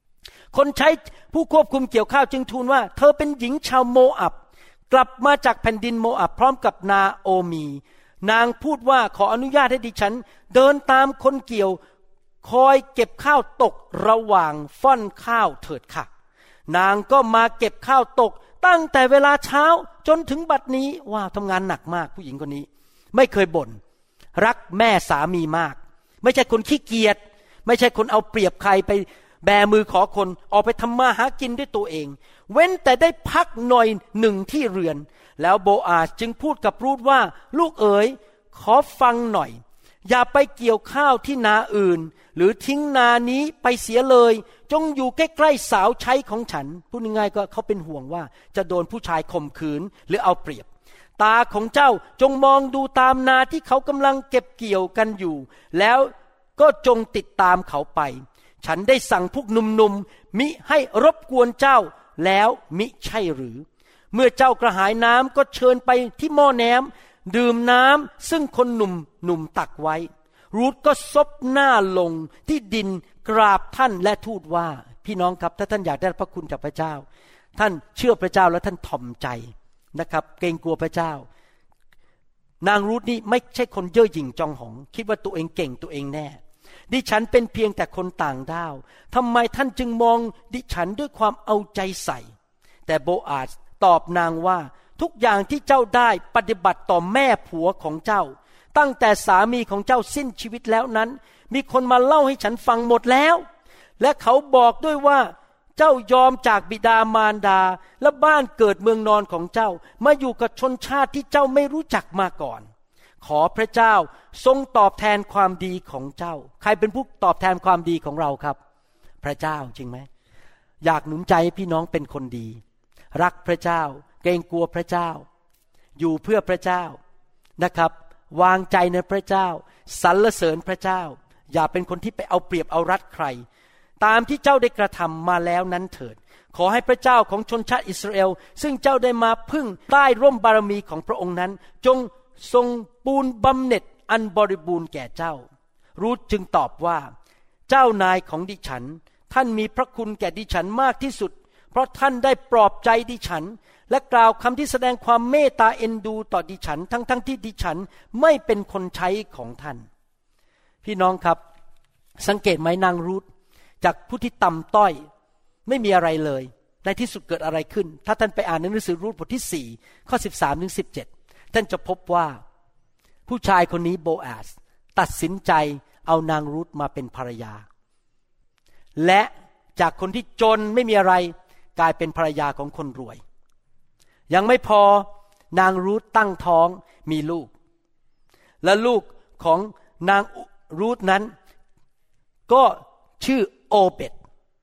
คนใช้ผู้ควบคุมเกี่ยวข้าวจึงทูลว่าเธอเป็นหญิงชาวโมอับกลับมาจากแผ่นดินโมอับพร้อมกับนาโอมีนางพูดว่าขออนุญาตให้ดิฉันเดินตามคนเกี่ยวคอยเก็บข้าวตกระหว่างฟ่อนข้าวเถิดค่ะนางก็มาเก็บข้าวตกตั้งแต่เวลาเช้าจนถึงบัดนี้ว้าวทำงานหนักมากผู้หญิงคนนี้ไม่เคยบ่นรักแม่สามีมากไม่ใช่คนขี้เกียจไม่ใช่คนเอาเปรียบใครไปแบมือขอคนออกไปทำมาหากินด้วยตัวเองเว้นแต่ได้พักหน่อยหนึ่งที่เรือนแล้วโบอาสจึงพูดกับรูธว่าลูกเอ๋ยขอฟังหน่อยอย่าไปเกี่ยวข้าวที่นาอื่นหรือทิ้งนานี้ไปเสียเลยจงอยู่ใกล้ๆสาวใช้ของฉันพูดง่ายๆก็เขาเป็นห่วงว่าจะโดนผู้ชายข่มขืนหรือเอาเปรียบตาของเจ้าจงมองดูตามนาที่เขากำลังเก็บเกี่ยวกันอยู่แล้วก็จงติดตามเขาไปฉันได้สั่งพวกหนุ่มๆมิให้รบกวนเจ้าแล้วมิใช่หรือเมื่อเจ้ากระหายน้ำก็เชิญไปที่หม้อแหนมดื่มน้ำซึ่งคนหนุ่มตักไว้รูธก็ซบหน้าลงที่ดินกราบท่านและทูลว่าพี่น้องครับถ้าท่านอยากได้พระคุณจากพระเจ้าท่านเชื่อพระเจ้าแล้วท่านถ่อมใจนะครับเกรงกลัวพระเจ้านางรูธนี่ไม่ใช่คนเย่อหยิ่งจองหองคิดว่าตัวเองเก่งตัวเองแน่ดิฉันเป็นเพียงแต่คนต่างด้าวทำไมท่านจึงมองดิฉันด้วยความเอาใจใส่แต่โบอาสตอบนางว่าทุกอย่างที่เจ้าได้ปฏิบัติต่อแม่ผัวของเจ้าตั้งแต่สามีของเจ้าสิ้นชีวิตแล้วนั้นมีคนมาเล่าให้ฉันฟังหมดแล้วและเขาบอกด้วยว่าเจ้ายอมจากบิดามารดาและบ้านเกิดเมืองนอนของเจ้ามาอยู่กับชนชาติที่เจ้าไม่รู้จักมาก่อนขอพระเจ้าทรงตอบแทนความดีของเจ้าใครเป็นผู้ตอบแทนความดีของเราครับพระเจ้าจริงไหมอยากหนุนใจพี่น้องเป็นคนดีรักพระเจ้าเกรงกลัวพระเจ้าอยู่เพื่อพระเจ้านะครับวางใจในพระเจ้าสรรเสริญพระเจ้าอย่าเป็นคนที่ไปเอาเปรียบเอารัดใครตามที่เจ้าได้กระทำมาแล้วนั้นเถิดขอให้พระเจ้าของชนชาติอิสราเอลซึ่งเจ้าได้มาพึ่งใต้ร่มบารมีของพระองค์นั้นจงทรงปูนบำเหน็จอันบริบูรณ์แก่เจ้ารูธจึงตอบว่าเจ้านายของดิฉันท่านมีพระคุณแก่ดิฉันมากที่สุดเพราะท่านได้ปลอบใจดิฉันและกล่าวคำที่แสดงความเมตตาเอ็นดูต่อดิฉันทั้งที่ดิฉันไม่เป็นคนใช้ของท่านพี่น้องครับสังเกตไหมนางรูธจากผู้ที่ต่ำต้อยไม่มีอะไรเลยในที่สุดเกิดอะไรขึ้นถ้าท่านไปอ่านในหนังสือรูธบทที่4ข้อ13ถึง17ท่านจะพบว่าผู้ชายคนนี้โบอาสตัดสินใจเอานางรูธมาเป็นภรรยาและจากคนที่จนไม่มีอะไรกลายเป็นภรรยาของคนรวยยังไม่พอนางรูธตั้งท้องมีลูกและลูกของนางรูธนั้นก็ชื่อโอเบด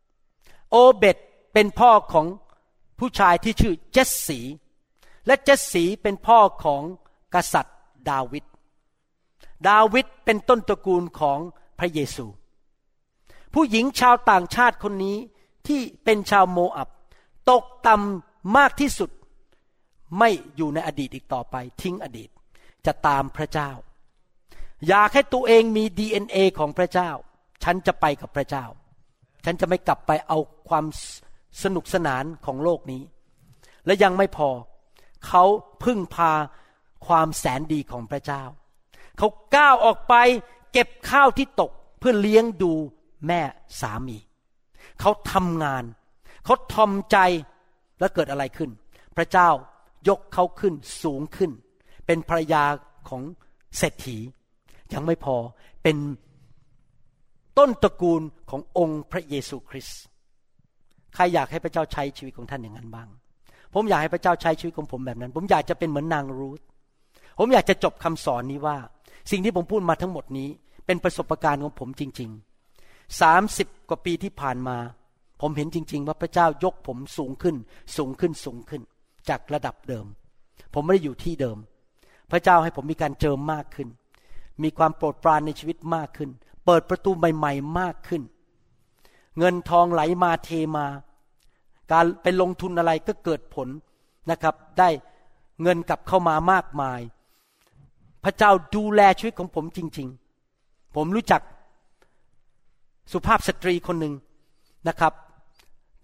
เป็นพ่อของผู้ชายที่ชื่อเจสสีและเจสสีเป็นพ่อของกษัตริย์ดาวิดเป็นต้นตระกูลของพระเยซูผู้หญิงชาวต่างชาติคนนี้ที่เป็นชาวโมอับตกต่ำมากที่สุดไม่อยู่ในอดีตอีกต่อไปทิ้งอดีตจะตามพระเจ้าอยากให้ตัวเองมี DNA ของพระเจ้าฉันจะไปกับพระเจ้าฉันจะไม่กลับไปเอาความสนุกสนานของโลกนี้และยังไม่พอเขาพึ่งพาความแสนดีของพระเจ้าเขาก้าวออกไปเก็บข้าวที่ตกเพื่อเลี้ยงดูแม่สามีเขาทำงานเขาทอมใจแล้วเกิดอะไรขึ้นพระเจ้ายกเขาขึ้นสูงขึ้นเป็นภรรยาของเศรษฐียังไม่พอเป็นต้นตระกูลขององค์พระเยซูคริสต์ใครอยากให้พระเจ้าใช้ชีวิตของท่านอย่างนั้นบ้างผมอยากให้พระเจ้าใช้ชีวิตของผมแบบนั้นผมอยากจะเป็นเหมือนนางรูธผมอยากจะจบคำสอนนี้ว่าสิ่งที่ผมพูดมาทั้งหมดนี้เป็นประสบการณ์ของผมจริงๆ30 กว่าปีที่ผ่านมาผมเห็นจริงๆว่าพระเจ้ายกผมสูงขึ้นจากระดับเดิมผมไม่ได้อยู่ที่เดิมพระเจ้าให้ผมมีการเจิมมากขึ้นมีความโปรดปรานในชีวิตมากขึ้นเปิดประตูใหม่ๆมากขึ้นเงินทองไหลมาเทมาการไปลงทุนอะไรก็เกิดผลนะครับได้เงินกลับเข้ามามากมายพระเจ้าดูแลชีวิตของผมจริงๆผมรู้จักสุภาพสตรีคนหนึ่งนะครับ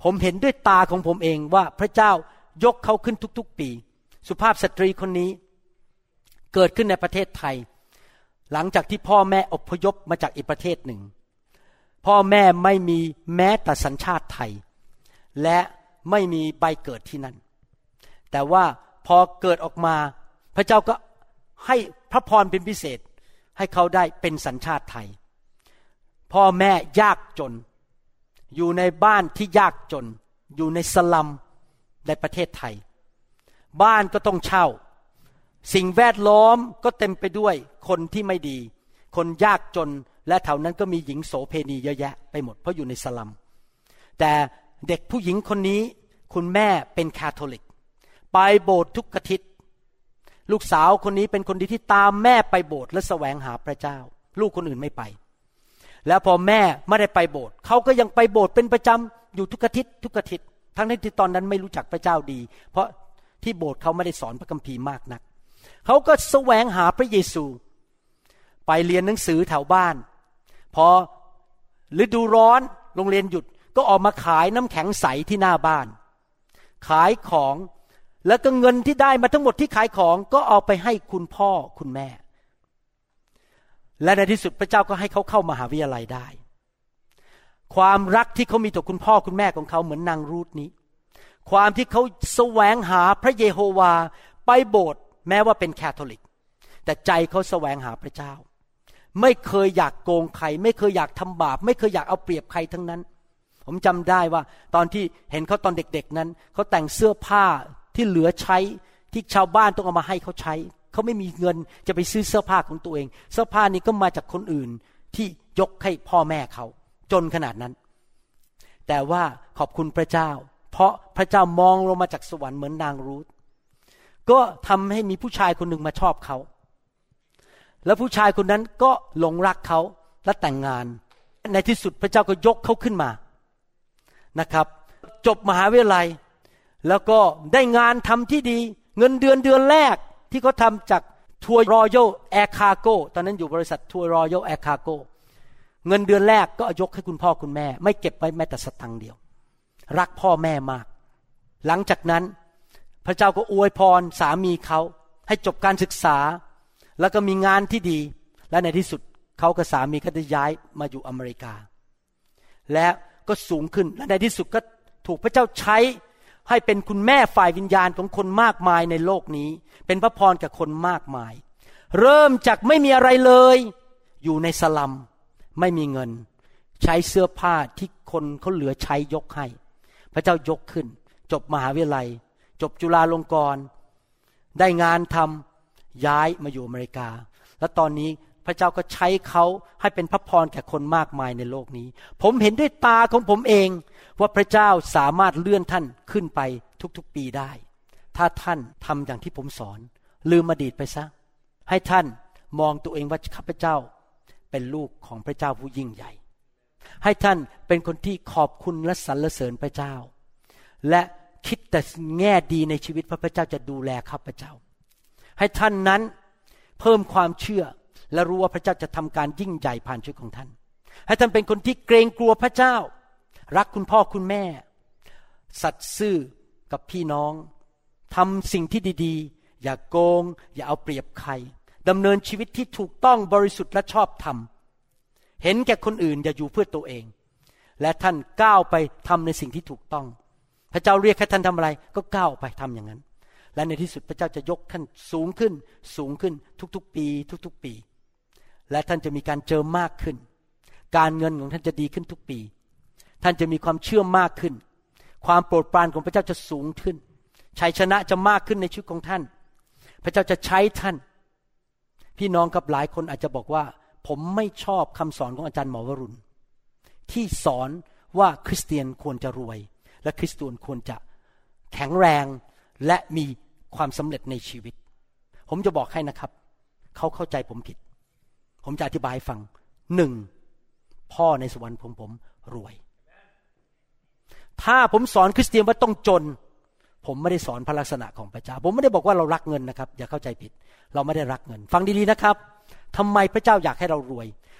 ผมเห็นด้วยตาของผมเองว่าพระเจ้ายกเขาขึ้นทุกๆปีสุภาพสตรีคนนี้เกิดขึ้นในประเทศไทยหลังจากที่พ่อแม่อพยพมาจากอีกประเทศหนึ่งพ่อแม่ไม่มีแม้แต่สัญชาติไทยและไม่มีใบเกิดที่นั่นแต่ว่าพอเกิดออกมาพระเจ้าก็ให้พระพรเป็นพิเศษให้เขาได้เป็นสัญชาติไทยพ่อแม่ยากจนอยู่ในบ้านที่ยากจนอยู่ในสลัมในประเทศไทยบ้านก็ต้องเช่าสิ่งแวดล้อมก็เต็มไปด้วยคนที่ไม่ดีคนยากจนและแถวนั้นก็มีหญิงโสเภณีเยอะแยะไปหมดเพราะอยู่ในสลัมแต่เด็กผู้หญิงคนนี้คุณแม่เป็นคาทอลิกไปโบสถ์ทุกอาทิตย์ลูกสาวคนนี้เป็นคนดีที่ตามแม่ไปโบสถ์และแสวงหาพระเจ้าลูกคนอื่นไม่ไปแล้วพอแม่ไม่ได้ไปโบสถ์เขาก็ยังไปโบสถ์เป็นประจำอยู่ทุกอาทิตย์ทั้งที่ตอนนั้นไม่รู้จักพระเจ้าดีเพราะที่โบสถ์เขาไม่ได้สอนพระคัมภีร์มากนักเขาก็แสวงหาพระเยซูไปเรียนหนังสือแถวบ้านพอฤดูร้อนโรงเรียนหยุดก็ออกมาขายน้ำแข็งใสที่หน้าบ้านขายของแล้วก็เงินที่ได้มาทั้งหมดที่ขายของก็เอาไปให้คุณพ่อคุณแม่และในที่สุดพระเจ้าก็ให้เขาเข้ามหาวิทยาลัยได้ความรักที่เขามีต่อคุณพ่อคุณแม่ของเขาเหมือนนางรูธนี้ความที่เขาแสวงหาพระเยโฮวาไปโบสถ์แม้ว่าเป็นคาทอลิกแต่ใจเขาแสวงหาพระเจ้าไม่เคยอยากโกงใครไม่เคยอยากทำบาปไม่เคยอยากเอาเปรียบใครทั้งนั้นผมจำได้ว่าตอนที่เห็นเขาตอนเด็กๆนั้นเขาแต่งเสื้อผ้าที่เหลือใช้ที่ชาวบ้านต้องเอามาให้เขาใช้เขาไม่มีเงินจะไปซื้อเสื้อผ้าของตัวเองเสื้อผ้านี้ก็มาจากคนอื่นที่ยกให้พ่อแม่เขาจนขนาดนั้นแต่ว่าขอบคุณพระเจ้าเพราะพระเจ้ามองลงมาจากสวรรค์เหมือนนางรูธก็ทำให้มีผู้ชายคนหนึ่งมาชอบเขาแล้วผู้ชายคนนั้นก็หลงรักเขาและแต่งงานในที่สุดพระเจ้าก็ยกเขาขึ้นมานะครับจบมหาวิทยาลัยแล้วก็ได้งานทำที่ดีเงินเดือนแรกที่เขาทำจากทัวร์รอยัลแอร์คาร์โก้ตอนนั้นอยู่บริษัททัวร์รอยัลแอร์คาร์โก้เงินเดือนแรกก็ยกให้คุณพ่อคุณแม่ไม่เก็บไว้แม้แต่สตังค์เดียวรักพ่อแม่มากหลังจากนั้นพระเจ้าก็อวยพรสามีเขาให้จบการศึกษาแล้วก็มีงานที่ดีและในที่สุดเขากับสามีก็ได้ย้ายมาอยู่อเมริกาและก็สูงขึ้นและในที่สุดก็ถูกพระเจ้าใช้ให้เป็นคุณแม่ฝ่ายวิญญาณของคนมากมายในโลกนี้เป็นพระพรกับคนมากมายเริ่มจากไม่มีอะไรเลยอยู่ในสลัมไม่มีเงินใช้เสื้อผ้าที่คนเขาเหลือใช้ยกให้พระเจ้ายกขึ้นจบมหาวิทยาลัยจบจุฬาลงกรณ์ได้งานทำย้ายมาอยู่อเมริกาและตอนนี้พระเจ้าก็ใช้เขาให้เป็นพระพรแก่คนมากมายในโลกนี้ผมเห็นด้วยตาของผมเองว่าพระเจ้าสามารถเลื่อนท่านขึ้นไปทุกๆปีได้ถ้าท่านทำอย่างที่ผมสอนลืมอดีตไปซะให้ท่านมองตัวเองว่าข้าพเจ้าเป็นลูกของพระเจ้าผู้ยิ่งใหญ่ให้ท่านเป็นคนที่ขอบคุณและสรรเสริญพระเจ้าและคิดแต่แง่ดีในชีวิตพระเจ้าจะดูแลข้าพเจ้าให้ท่านนั้นเพิ่มความเชื่อและรู้ว่าพระเจ้าจะทำการยิ่งใหญ่ผ่านชีวิตของท่านให้ท่านเป็นคนที่เกรงกลัวพระเจ้ารักคุณพ่อคุณแม่สัตย์ซื่อกับพี่น้องทำสิ่งที่ดีๆอย่าโกงอย่าเอาเปรียบใครดำเนินชีวิตที่ถูกต้องบริสุทธิ์และชอบธรรมเห็นแก่คนอื่นอย่าอยู่เพื่อตัวเองและท่านก้าวไปทำในสิ่งที่ถูกต้องพระเจ้าเรียกให้ท่านทำอะไรก็ก้าวไปทำอย่างนั้นและในที่สุดพระเจ้าจะยกท่านสูงขึ้นทุกๆปีทุกๆปีและท่านจะมีการเจอมากขึ้นการเงินของท่านจะดีขึ้นทุกปีท่านจะมีความเชื่อมากขึ้นความโปรดปรานของพระเจ้าจะสูงขึ้นชัยชนะจะมากขึ้นในชีวิตของท่านพระเจ้าจะใช้ท่านพี่น้องกับหลายคนอาจจะบอกว่าผมไม่ชอบคำสอนของอาจารย์หมอวรุณที่สอนว่าคริสเตียนควรจะรวยและคริสเตียนควรจะแข็งแรงและมีความสำเร็จในชีวิตผมจะบอกให้นะครับเขาเข้าใจผมผิดผมจะอธิบายให้ฟัง1พ่อในสวรรค์ผมรวยถ้าผมสอนคริสเตียนว่าต้องจนผมไม่ได้สอนพระลักษณะของพระเจ้าผมไม่ได้บอกว่าเรารักเงินนะครับอย่าเข้าใจผิดเราไม่ได้รักเงินฟังดีๆนะครับทำไมพระเจ้าอยากให้เรารวย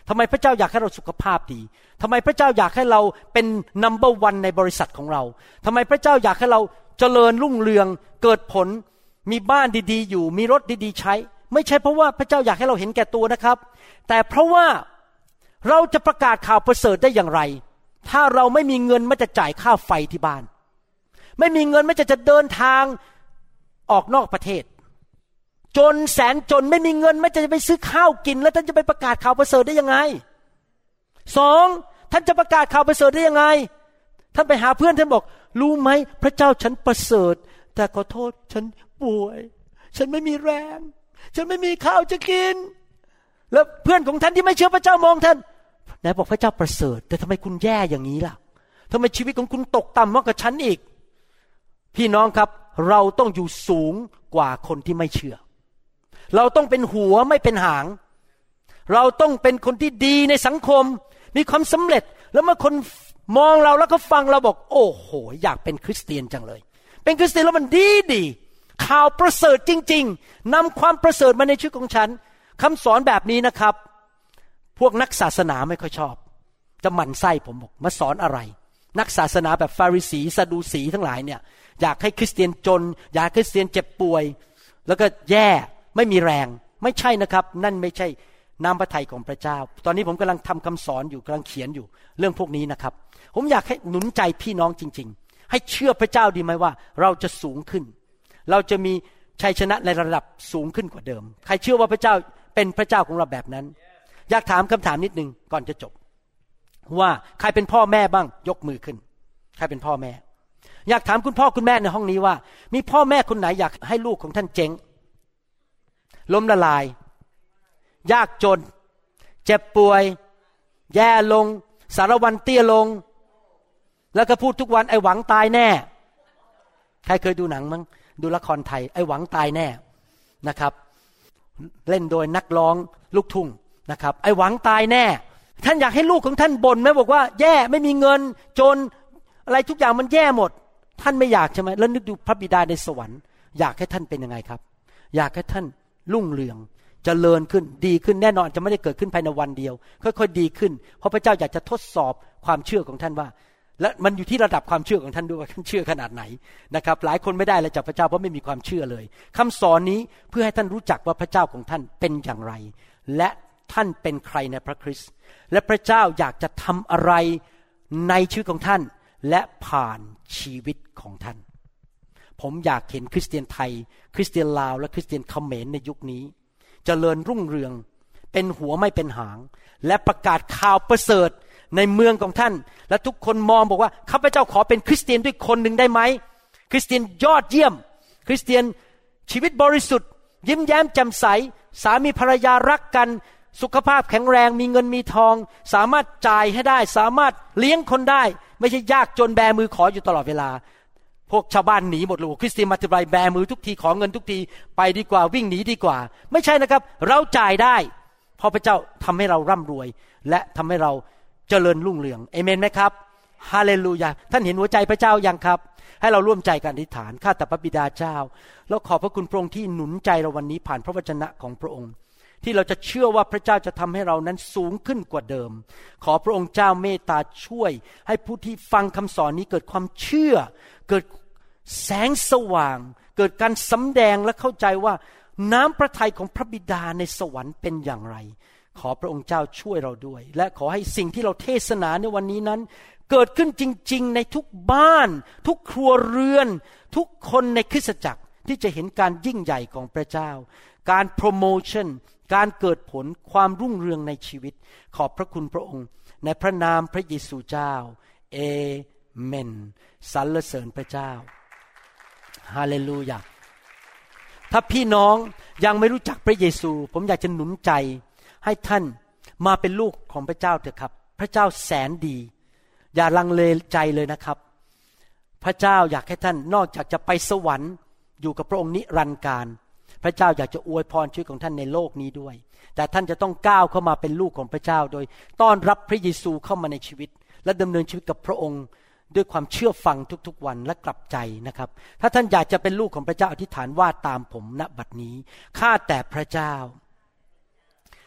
ทำไมพระเจ้าอยากให้เราสุขภาพดีทำไมพระเจ้าอยากให้เราเป็น number one ในบริษัทของเราทำไมพระเจ้าอยากให้เราเจริญรุ่งเรืองเกิดผลมีบ้านดีๆอยู่มีรถดีๆใช้ไม่ใช่เพราะว่าพระเจ้าอยากให้เราเห็นแก่ตัวนะครับแต่เพราะว่าเราจะประกาศข่าวประเสริฐได้อย่างไรถ้าเราไม่มีเงินมาจะจ่ายค่าไฟที่บ้านไม่มีเงินมาจะเดินทางออกนอกประเทศจนแสนจนไม่มีเงินมาจะไปซื้อข้าวกินแล้วท่านจะไปประกาศข่าวประเสริฐได้ยังไงสองท่านจะประกาศข่าวประเสริฐได้ยังไงท่านไปหาเพื่อนท่านบอกรู้ไหมพระเจ้าฉันประเสริฐแต่ขอโทษฉันป่วยฉันไม่มีแรงฉันไม่มีข้าวจะกินแล้วเพื่อนของท่านที่ไม่เชื่อพระเจ้ามองท่านไหนบอกพระเจ้าประเสริฐแต่ทำไมคุณแย่อย่างนี้ล่ะทำไมชีวิตของคุณตกต่ำมากกว่าฉันอีกพี่น้องครับเราต้องอยู่สูงกว่าคนที่ไม่เชื่อเราต้องเป็นหัวไม่เป็นหางเราต้องเป็นคนที่ดีในสังคมมีความสำเร็จแล้วเมื่อคนมองเราแล้วก็ฟังเราบอกโอ้โหอยากเป็นคริสเตียนจังเลยเป็นคริสเตียนแล้วมันดีข่าวประเสริฐจริงๆนำความประเสริฐมาในชีวิตของฉันคำสอนแบบนี้นะครับพวกนักศาสนาไม่ค่อยชอบจะหมั่นไส้ผมบอกมาสอนอะไรนักศาสนาแบบฟาริสีซาดูสีทั้งหลายเนี่ยอยากให้คริสเตียนจนอยากให้คริสเตียนเจ็บป่วยแล้วก็แย่ไม่มีแรงไม่ใช่นะครับนั่นไม่ใช่น้ำพระทัยของพระเจ้าตอนนี้ผมกำลังทำคำสอนอยู่กำลังเขียนอยู่เรื่องพวกนี้นะครับผมอยากให้หนุนใจพี่น้องจริงๆให้เชื่อพระเจ้าดีไหมว่าเราจะสูงขึ้นเราจะมีชัยชนะในระดับสูงขึ้นกว่าเดิมใครเชื่อว่าพระเจ้าเป็นพระเจ้าของเราแบบนั้นอยากถามคำถามนิดนึงก่อนจะจบว่าใครเป็นพ่อแม่บ้างยกมือขึ้นใครเป็นพ่อแม่อยากถามคุณพ่อคุณแม่ในห้องนี้ว่ามีพ่อแม่คนไหนอยากให้ลูกของท่านเจ๊งล้มละลายยากจนเจ็บป่วยแย่ลงสารวันเตี้ยลงแล้วก็พูดทุกวันไอ้หวังตายแน่ใครเคยดูหนังมั้งดูละครไทยไอ้หวังตายแน่นะครับเล่นโดยนักร้องลูกทุ่งนะครับไอ้หวังตายแน่ท่านอยากให้ลูกของท่านบ่นไหมบอกว่าแย่ไม่มีเงินจนอะไรทุกอย่างมันแย่หมดท่านไม่อยากใช่ไหมแล้วนึกดูพระบิดาในสวรรค์อยากให้ท่านเป็นยังไงครับอยากให้ท่านรุ่งเรืองเจริญขึ้นดีขึ้นแน่นอนจะไม่ได้เกิดขึ้นภายในวันเดียวค่อยๆดีขึ้นเพราะพระเจ้าอยากจะทดสอบความเชื่อของท่านว่าและมันอยู่ที่ระดับความเชื่อของท่านด้วยว่าท่านเชื่อขนาดไหนนะครับหลายคนไม่ได้เลยจากพระเจ้าเพราะไม่มีความเชื่อเลยคำสอนนี้เพื่อให้ท่านรู้จักว่าพระเจ้าของท่านเป็นอย่างไรและท่านเป็นใครในพระคริสต์และพระเจ้าอยากจะทำอะไรในชีวิตของท่านและผ่านชีวิตของท่านผมอยากเห็นคริสเตียนไทยคริสเตียนลาวและคริสเตียนเขมรในยุคนี้เจริญรุ่งเรืองเป็นหัวไม่เป็นหางและประกาศข่าวประเสริฐในเมืองของท่านและทุกคนมองบอกว่าข้าพเจ้าขอเป็นคริสเตียนด้วยคนหนึ่งได้ไหมคริสเตียนยอดเยี่ยมคริสเตียนชีวิตบริสุทธิ์ยิ้มแย้มแจ่มใสสามีภรรยารักกันสุขภาพแข็งแรงมีเงินมีทองสามารถจ่ายให้ได้สามารถเลี้ยงคนได้ไม่ใช่ยากจนแบมือขออยู่ตลอดเวลาพวกชาวบ้านหนีหมดเลยคริสเตียนมาทีไรแบมือทุกทีขอเงินทุกทีไปดีกว่าวิ่งหนีดีกว่าไม่ใช่นะครับเราจ่ายได้เพราะพระเจ้าทำให้เราร่ำรวยและทำให้เราเจริญรุ่งเรืองเอเมนไหมครับฮาเลลูยาท่านเห็นหัวใจพระเจ้ายังครับให้เราร่วมใจกันอธิษฐานข้าแต่พระบิดาเจ้าแล้วขอบพระคุณพระองค์ที่หนุนใจเราวันนี้ผ่านพระวจนะของพระองค์ที่เราจะเชื่อว่าพระเจ้าจะทำให้เรานั้นสูงขึ้นกว่าเดิมขอพระองค์เจ้าเมตตาช่วยให้ผู้ที่ฟังคำสอนนี้เกิดความเชื่อเกิดแสงสว่างเกิดการสำแดงและเข้าใจว่าน้ำพระทัยของพระบิดาในสวรรค์เป็นอย่างไรขอพระองค์เจ้าช่วยเราด้วยและขอให้สิ่งที่เราเทศนาในวันนี้นั้นเกิดขึ้นจริงๆในทุกบ้านทุกครัวเรือนทุกคนในคริสตจักรที่จะเห็นการยิ่งใหญ่ของพระเจ้าการโปรโมชั่นการเกิดผลความรุ่งเรืองในชีวิตขอบพระคุณพระองค์ในพระนามพระเยซูเจ้าเอเมนสรรเสริญพระเจ้าฮาเลลูยาถ้าพี่น้องยังไม่รู้จักพระเยซูผมอยากจะหนุนใจให้ท่านมาเป็นลูกของพระเจ้าเถอะครับพระเจ้าแสนดีอย่าลังเลใจเลยนะครับพระเจ้าอยากให้ท่านนอกจากจะไปสวรรค์อยู่กับพระองค์นิรันดร์การพระเจ้าอยากจะอวยพรชีวิตของท่านในโลกนี้ด้วยแต่ท่านจะต้องก้าวเข้ามาเป็นลูกของพระเจ้าโดยต้อนรับพระเยซูเข้ามาในชีวิตและดำเนินชีวิตกับพระองค์ด้วยความเชื่อฟังทุกๆวันและกลับใจนะครับถ้าท่านอยากจะเป็นลูกของพระเจ้าอธิษฐานว่าตามผมณบัดนี้ข้าแต่พระเจ้า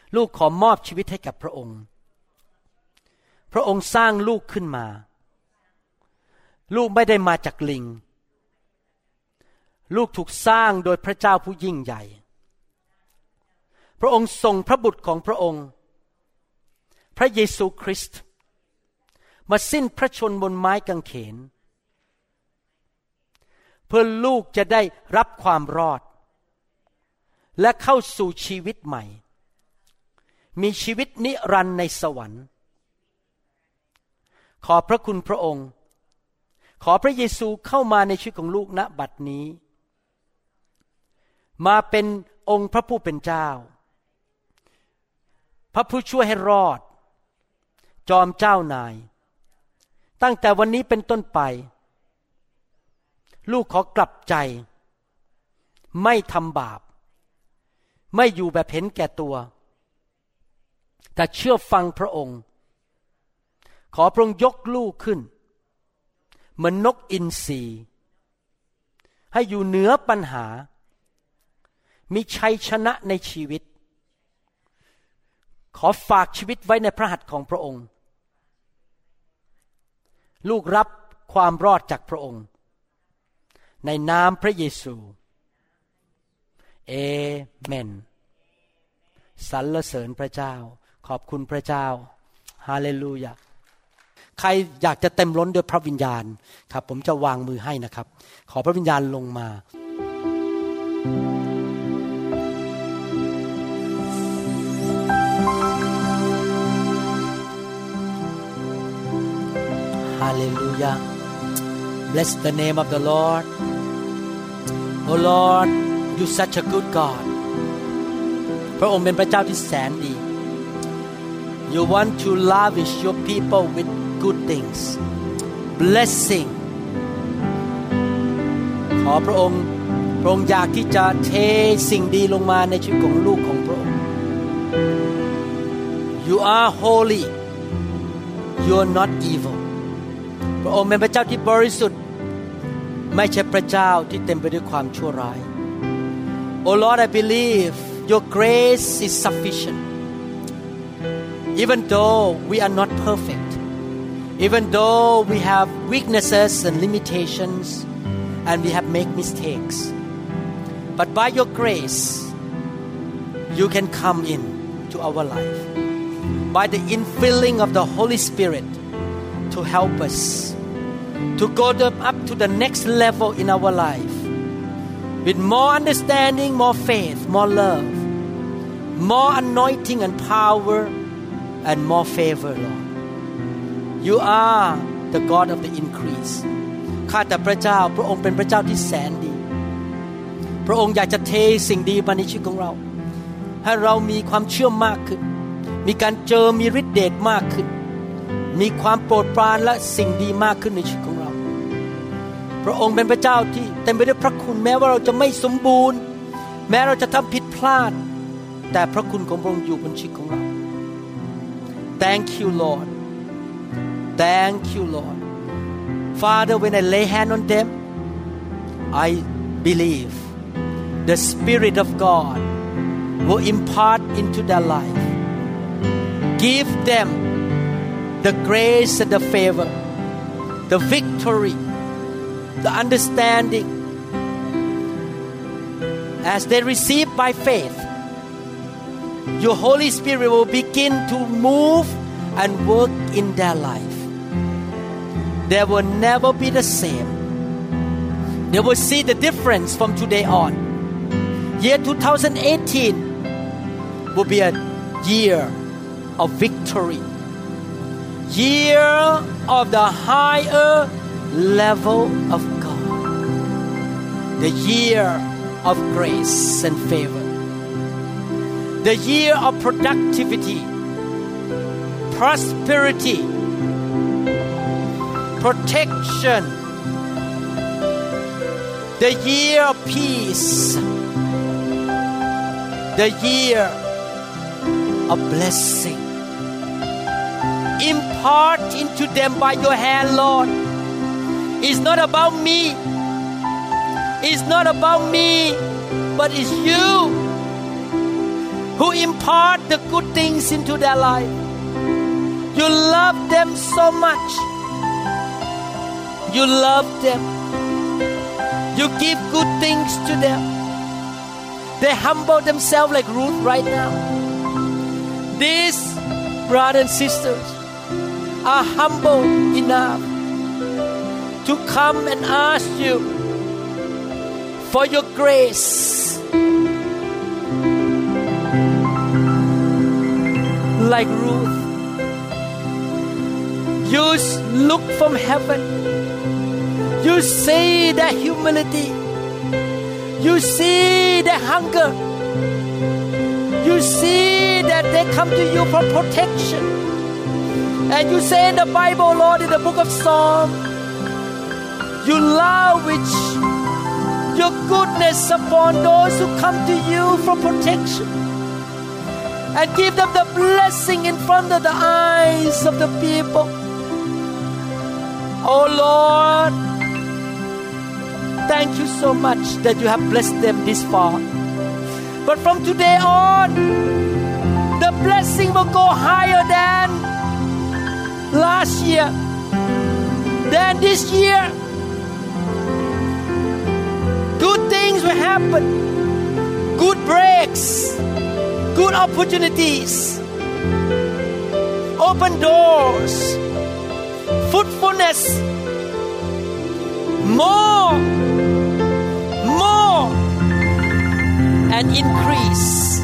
ลูกขอมอบชีวิตให้กับพระองค์พระองค์สร้างลูกขึ้นมาลูกไม่ได้มาจากลิงลูกถูกสร้างโดยพระเจ้าผู้ยิ่งใหญ่พระองค์ส่งพระบุตรของพระองค์พระเยซูคริสต์มาสิ้นพระชนม์บนไม้กางเขนเพื่อลูกจะได้รับความรอดและเข้าสู่ชีวิตใหม่มีชีวิตนิรันดร์ในสวรรค์ขอพระคุณพระองค์ขอพระเยซูเข้ามาในชีวิตของลูกณบัดนี้มาเป็นองค์พระผู้เป็นเจ้าพระผู้ช่วยให้รอดจอมเจ้านายตั้งแต่วันนี้เป็นต้นไปลูกขอกลับใจไม่ทำบาปไม่อยู่แบบเห็นแก่ตัวแต่เชื่อฟังพระองค์ขอพระองค์ยกลูกขึ้นเหมือนนกอินทรีให้อยู่เหนือปัญหามีชัยชนะในชีวิตขอฝากชีวิตไว้ในพระหัตถ์ของพระองค์ลูกรับความรอดจากพระองค์ในนามพระเยซูเอเมนสรรเสริญพระเจ้าขอบคุณพระเจ้าฮาเลลูยาใครอยากจะเต็มล้นด้วยพระวิญญาณครับผมจะวางมือให้นะครับขอพระวิญญาณลงมาHallelujah. Bless the name of the Lord. Oh Lord, you're such a good God. พระองค์เป็นพระเจ้าที่แสนดี You want to lavish your people with good things. Blessing. ขอพระองค์อยากที่จะเทสิ่งดีลงมาในชีวิตของลูกของพระองค์ You are holy. You are not evil.พระองค์เป็นพระเจ้าที่บริสุทธิ์ไม่ใช่พระเจ้าที่เต็มไปด้วยความชั่วร้าย Oh Lord, I believe your grace is sufficient. Even though we are not perfect, even though we have weaknesses and limitations, and we have made mistakes, but by your grace, you can come in to our life by the infilling of the Holy Spirit.To help us to go up to the next level in our life with more understanding, more faith, more love, more anointing and power, and more favor, Lord. You are the God of the increase. ข้าแต่พระเจ้าพระองค์เป็นพระเจ้าที่แสนดีพระองค์อยากจะเทสิ่งดีมาในชีวิตของเราให้เรามีความเชื่อมากขึ้นมีการเจอมีฤทธิ์เดชมากขึ้นมีความโปรดปรานและสิ่งดีมากขึ้นในชีวิตของเราพระองค์เป็นพระเจ้าที่เต็มไปด้วยพระคุณแม้ว่าเราจะไม่สมบูรณ์แม้เราจะทำผิดพลาดแต่พระคุณของพระองค์อยู่บนชีวิตของเรา Thank you Lord Thank you Lord Father when I lay hand on them I believe the Spirit of God will impart into their life give them the grace and the favor, the victory, the understanding. As they receive by faith, your Holy Spirit will begin to move and work in their life. They will never be the same. They will see the difference from today on. Year 2018 will be a year of victory.Year of the higher level of God, the year of grace and favor, the year of productivity, prosperity, protection, the year of peace, the year of blessing.Impart into them by your hand, Lord. It's not about me. It's not about me, but it's you. who impart the good things into their life. You love them so much. You love them. You give good things to them. They humble themselves like Ruth right now. These brothers and sisters are humble enough to come and ask you for your grace. Like Ruth, you look from heaven. You see their humility. You see their hunger. You see that they come to you for protection. And you say in the Bible, Lord, in the book of Psalms, you lavish your goodness upon those who come to you for protection. And give them the blessing in front of the eyes of the people. Oh Lord, thank you so much that you have blessed them this far. But from today on, the blessing will go higher than last year, than this year. Good things will happen. Good breaks. Good opportunities. Open doors. Fruitfulness. More. And increase.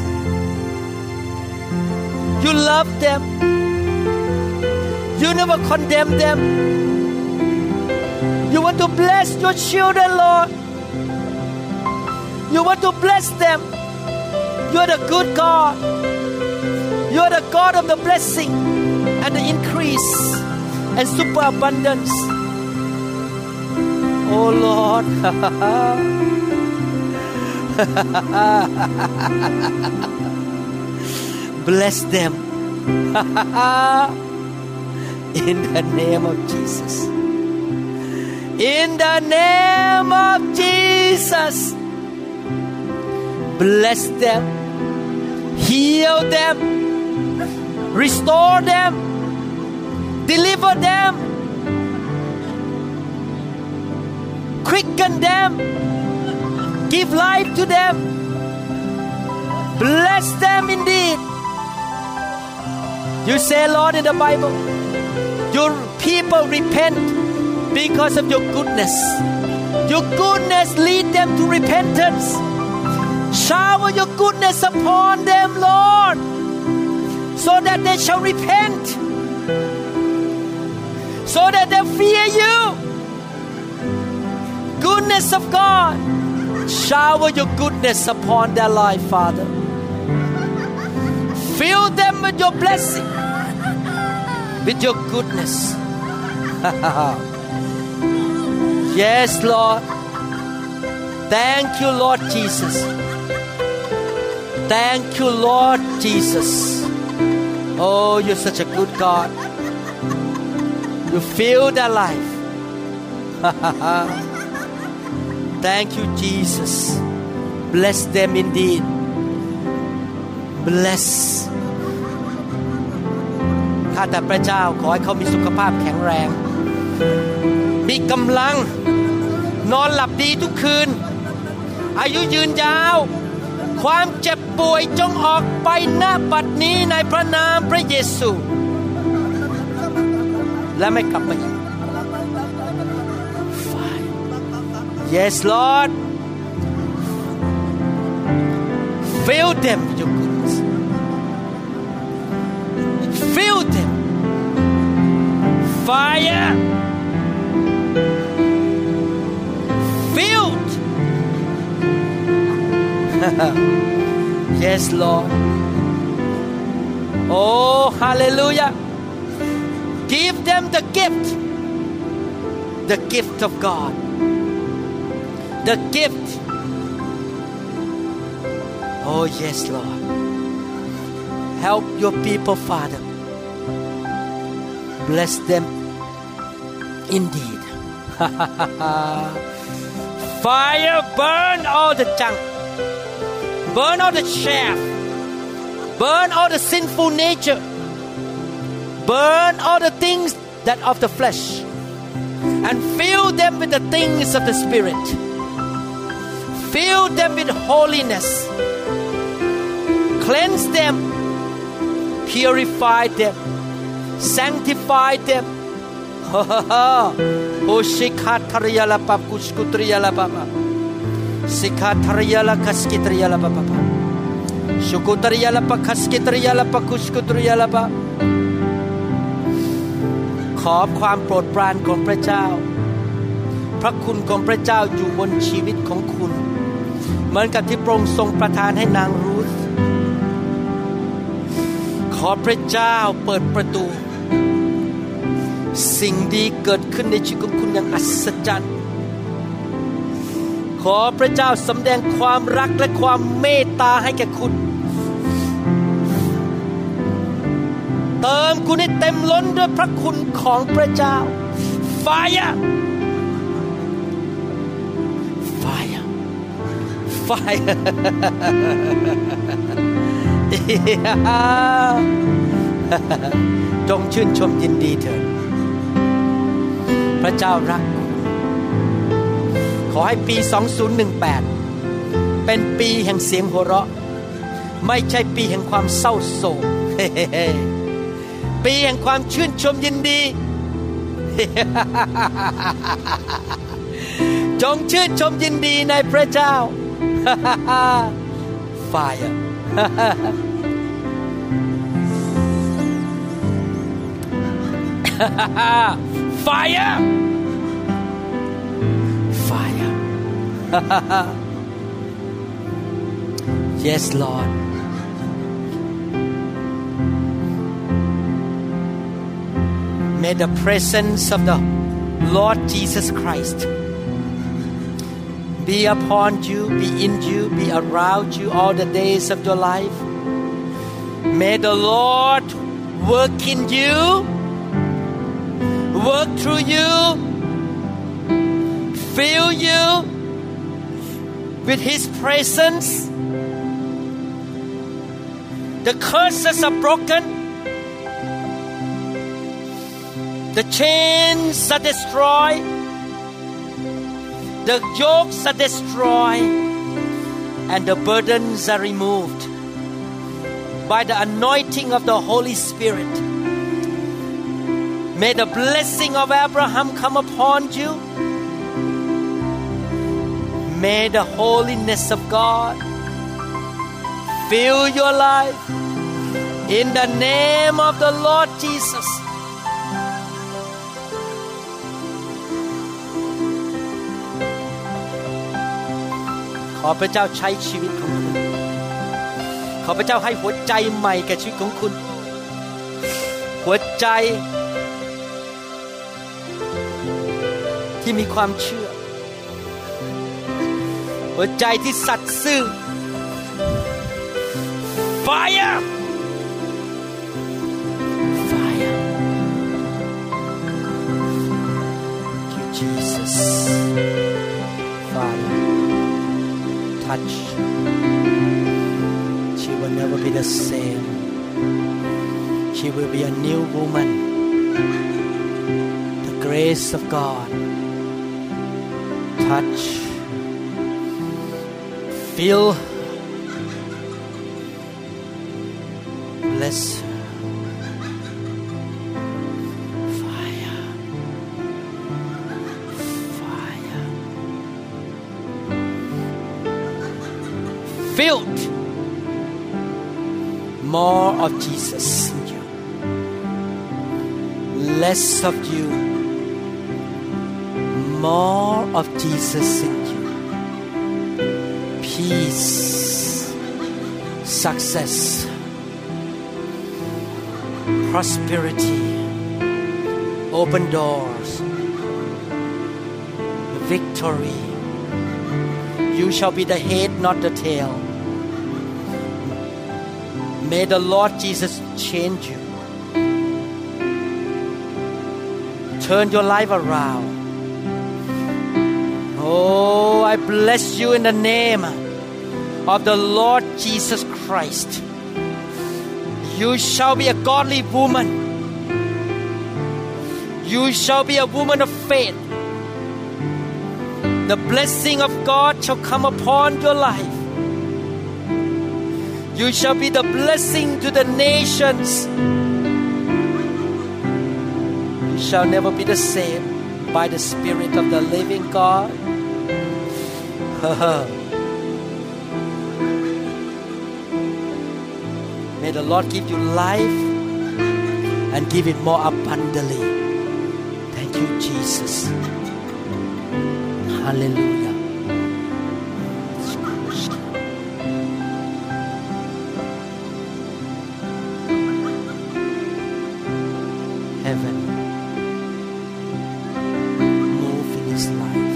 You love them. You never condemn them. You want to bless your children, Lord. You want to bless them. You're the good God. You're the God of the blessing and the increase and superabundance. Oh Lord. Bless them. In the name of Jesus. In the name of Jesus. Bless them. Heal them. Restore them. Deliver them. Quicken them. Give life to them. Bless them indeed. You say, Lord, in the Bible, your people repent because of your goodness. Your goodness lead them to repentance. Shower your goodness upon them, Lord, so that they shall repent, so that they fear you. Goodness of God, shower your goodness upon their life, Father. Fill them with your blessing, with your goodness. Yes, Lord. Thank you, Lord Jesus. Thank you, Lord Jesus. Oh, you're such a good God. You fill their life. Thank you, Jesus. Bless them indeed. Bless ข้าแต่พระเจ้าขอให้เขามีสุขภาพแข็งแรงมีกำลังนอนหลับดีทุกคืนอายุยืนยาวความเจ็บป่วยจงออกไปณบัดนี้ในพระนามพระเยซูและไม่กลับมาอีก Yes Lord fill them with your goodness fill them fire filled Yes Lord Oh hallelujah give them the gift of God the gift Oh yes Lord help your people Father bless them indeed fire burn all the junk burn all the chaff Burn all the sinful nature. Burn all the things that of the flesh and fill them with the things of the Spirit. Fill them with holiness. Cleanse them. Purify them. Sanctify them. Oshikatariyala pakushkutriyala baba. Sikatariyala kaskitriyala baba. Shukutriyala pakaskitriyala pakushkutriyala baba. ขอความโปรดปรานของพระเจ้าพระคุณของพระเจ้าอยู่บนชีวิตของคุณเหมือนกับที่พระองค์ทรงประทานให้นางรูธขอพระเจ้าเปิดประตูสิ่งดีเกิดขึ้นในชีวิตของคุณอย่างอัศจรรย์ขอพระเจ้าสำแดงความรักและความเมตตาให้แก่คุณเติมคุณให้เต็มล้นด้วยพระคุณของพระเจ้า Fire Fire Fire จงชื่นชมยินดีเถิดพระเจ้ารักขอให้ปี2018เป็นปีแห่งเสียงหัวเราะไม่ใช่ปีแห่งความเศร้าโศกปีแห่งความชื่นชมยินดีจงชื่นชมยินดีในพระเจ้า Fire Fire Fire Yes Lord May the presence of the Lord Jesus Christ be upon you, be in you, be around you all the days of your life. May the Lord work in you, work through you, fill you with His presence. The curses are broken.The chains are destroyed. The yokes are destroyed. And the burdens are removed by the anointing of the Holy Spirit. May the blessing of Abraham come upon you. May the holiness of God fill your life. In the name of the Lord Jesus.ขอพระเจ้าใช้ชีวิตของคุณขอพระเจ้าให้หัวใจใหม่แก่ชีวิตของคุณหัวใจที่มีความเชื่อหัวใจที่สัตย์ซื่อ Fire Fire Thank you Jesus Fire Touch. She will never be the same. She will be a new woman. The grace of God. Touch. Feel. Bless her. Filled more of Jesus in you, less of you, more of Jesus in you. Peace, success, prosperity, open doors, victory. You shall be the head, not the tail. May the Lord Jesus change you. Turn your life around. Oh, I bless you in the name of the Lord Jesus Christ. You shall be a godly woman. You shall be a woman of faith. The blessing of God shall come upon your life. You shall be the blessing to the nations. You shall never be the same by the Spirit of the living God. May the Lord give you life and give it more abundantly. Thank you, Jesus. Hallelujah. Heaven, move in his life.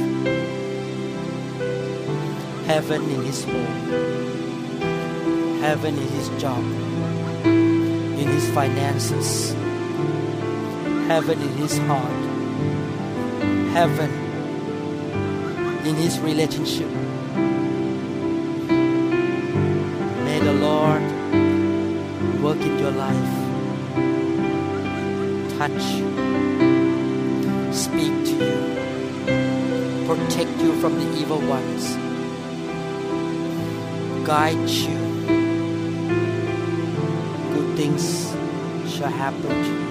Heaven in his home. Heaven in his job. In his finances. Heaven in his heart. Heaven in his relationship. May the Lord work in your life. Touch you. Speak to you. Protect you from the evil ones. Guide you. Good things shall happen to you.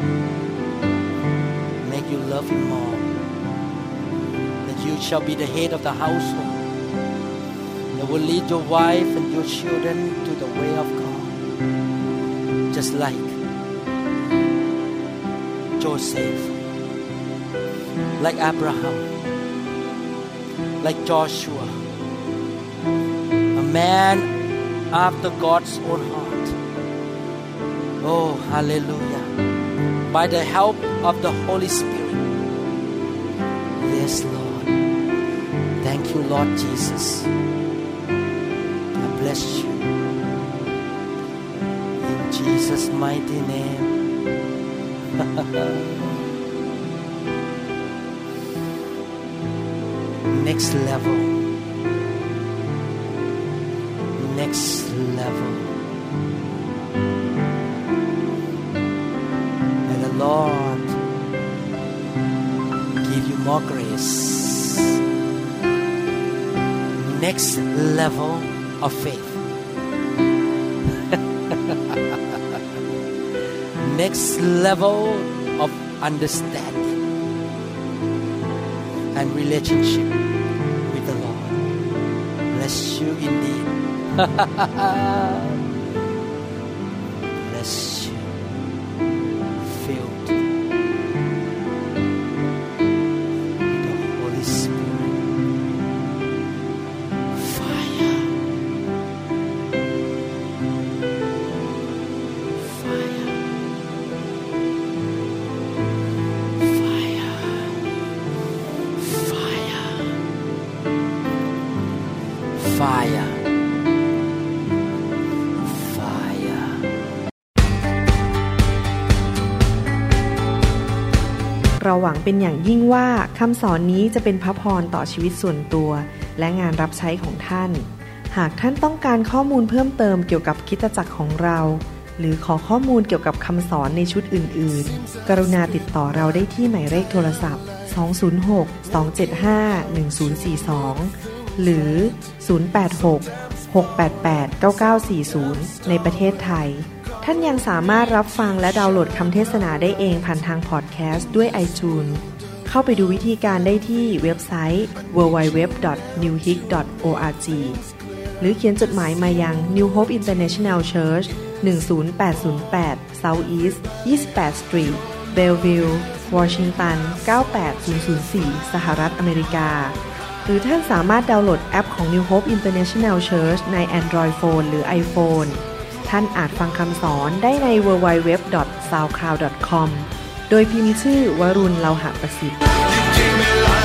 Make you love him more. That you shall be the head of the household. That will lead your wife and your children to the way of God. Just like Joseph, like Abraham, like Joshua, a man after God's own heart. Oh, hallelujah. By the help of the Holy Spirit. Yes, Lord. Thank you, Lord Jesus. I bless you. In Jesus' mighty name. Next level. Next level. May the Lord give you more grace. Next level of faith. Next level of understanding and relationship with the Lord. Bless you indeed. Bless you. Filled with the Holy Spirit. Fire. Fire. Fire. เราหวังเป็นอย่างยิ่งว่าคำสอนนี้จะเป็นพระพรต่อชีวิตส่วนตัวและงานรับใช้ของท่านหากท่านต้องการข้อมูลเพิ่มเติมเกี่ยวกับคริสตจักรของเราหรือขอข้อมูลเกี่ยวกับคำสอนในชุดอื่นๆกรุณาติดต่อเราได้ที่หมายเลขโทรศัพท์206-275-1042หรือ086-688-9940ในประเทศไทยท่านยังสามารถรับฟังและดาวน์โหลดคำเทศนาได้เองผ่านทางพอดแคสต์ด้วย iTunes เข้าไปดูวิธีการได้ที่เว็บไซต์ www.newhope.org หรือเขียนจดหมายมายัง New Hope International Church 10808 South East 28 Street Bellevue Washington 98004 สหรัฐอเมริกาหรือท่านสามารถดาวน์โหลดแอปของ New Hope International Church ใน Android Phone หรือ iPhone ท่านอาจฟังคำสอนได้ใน www.soundcloud.com โดยพิมพ์ชื่อวรุณ เลาหะประสิทธิ์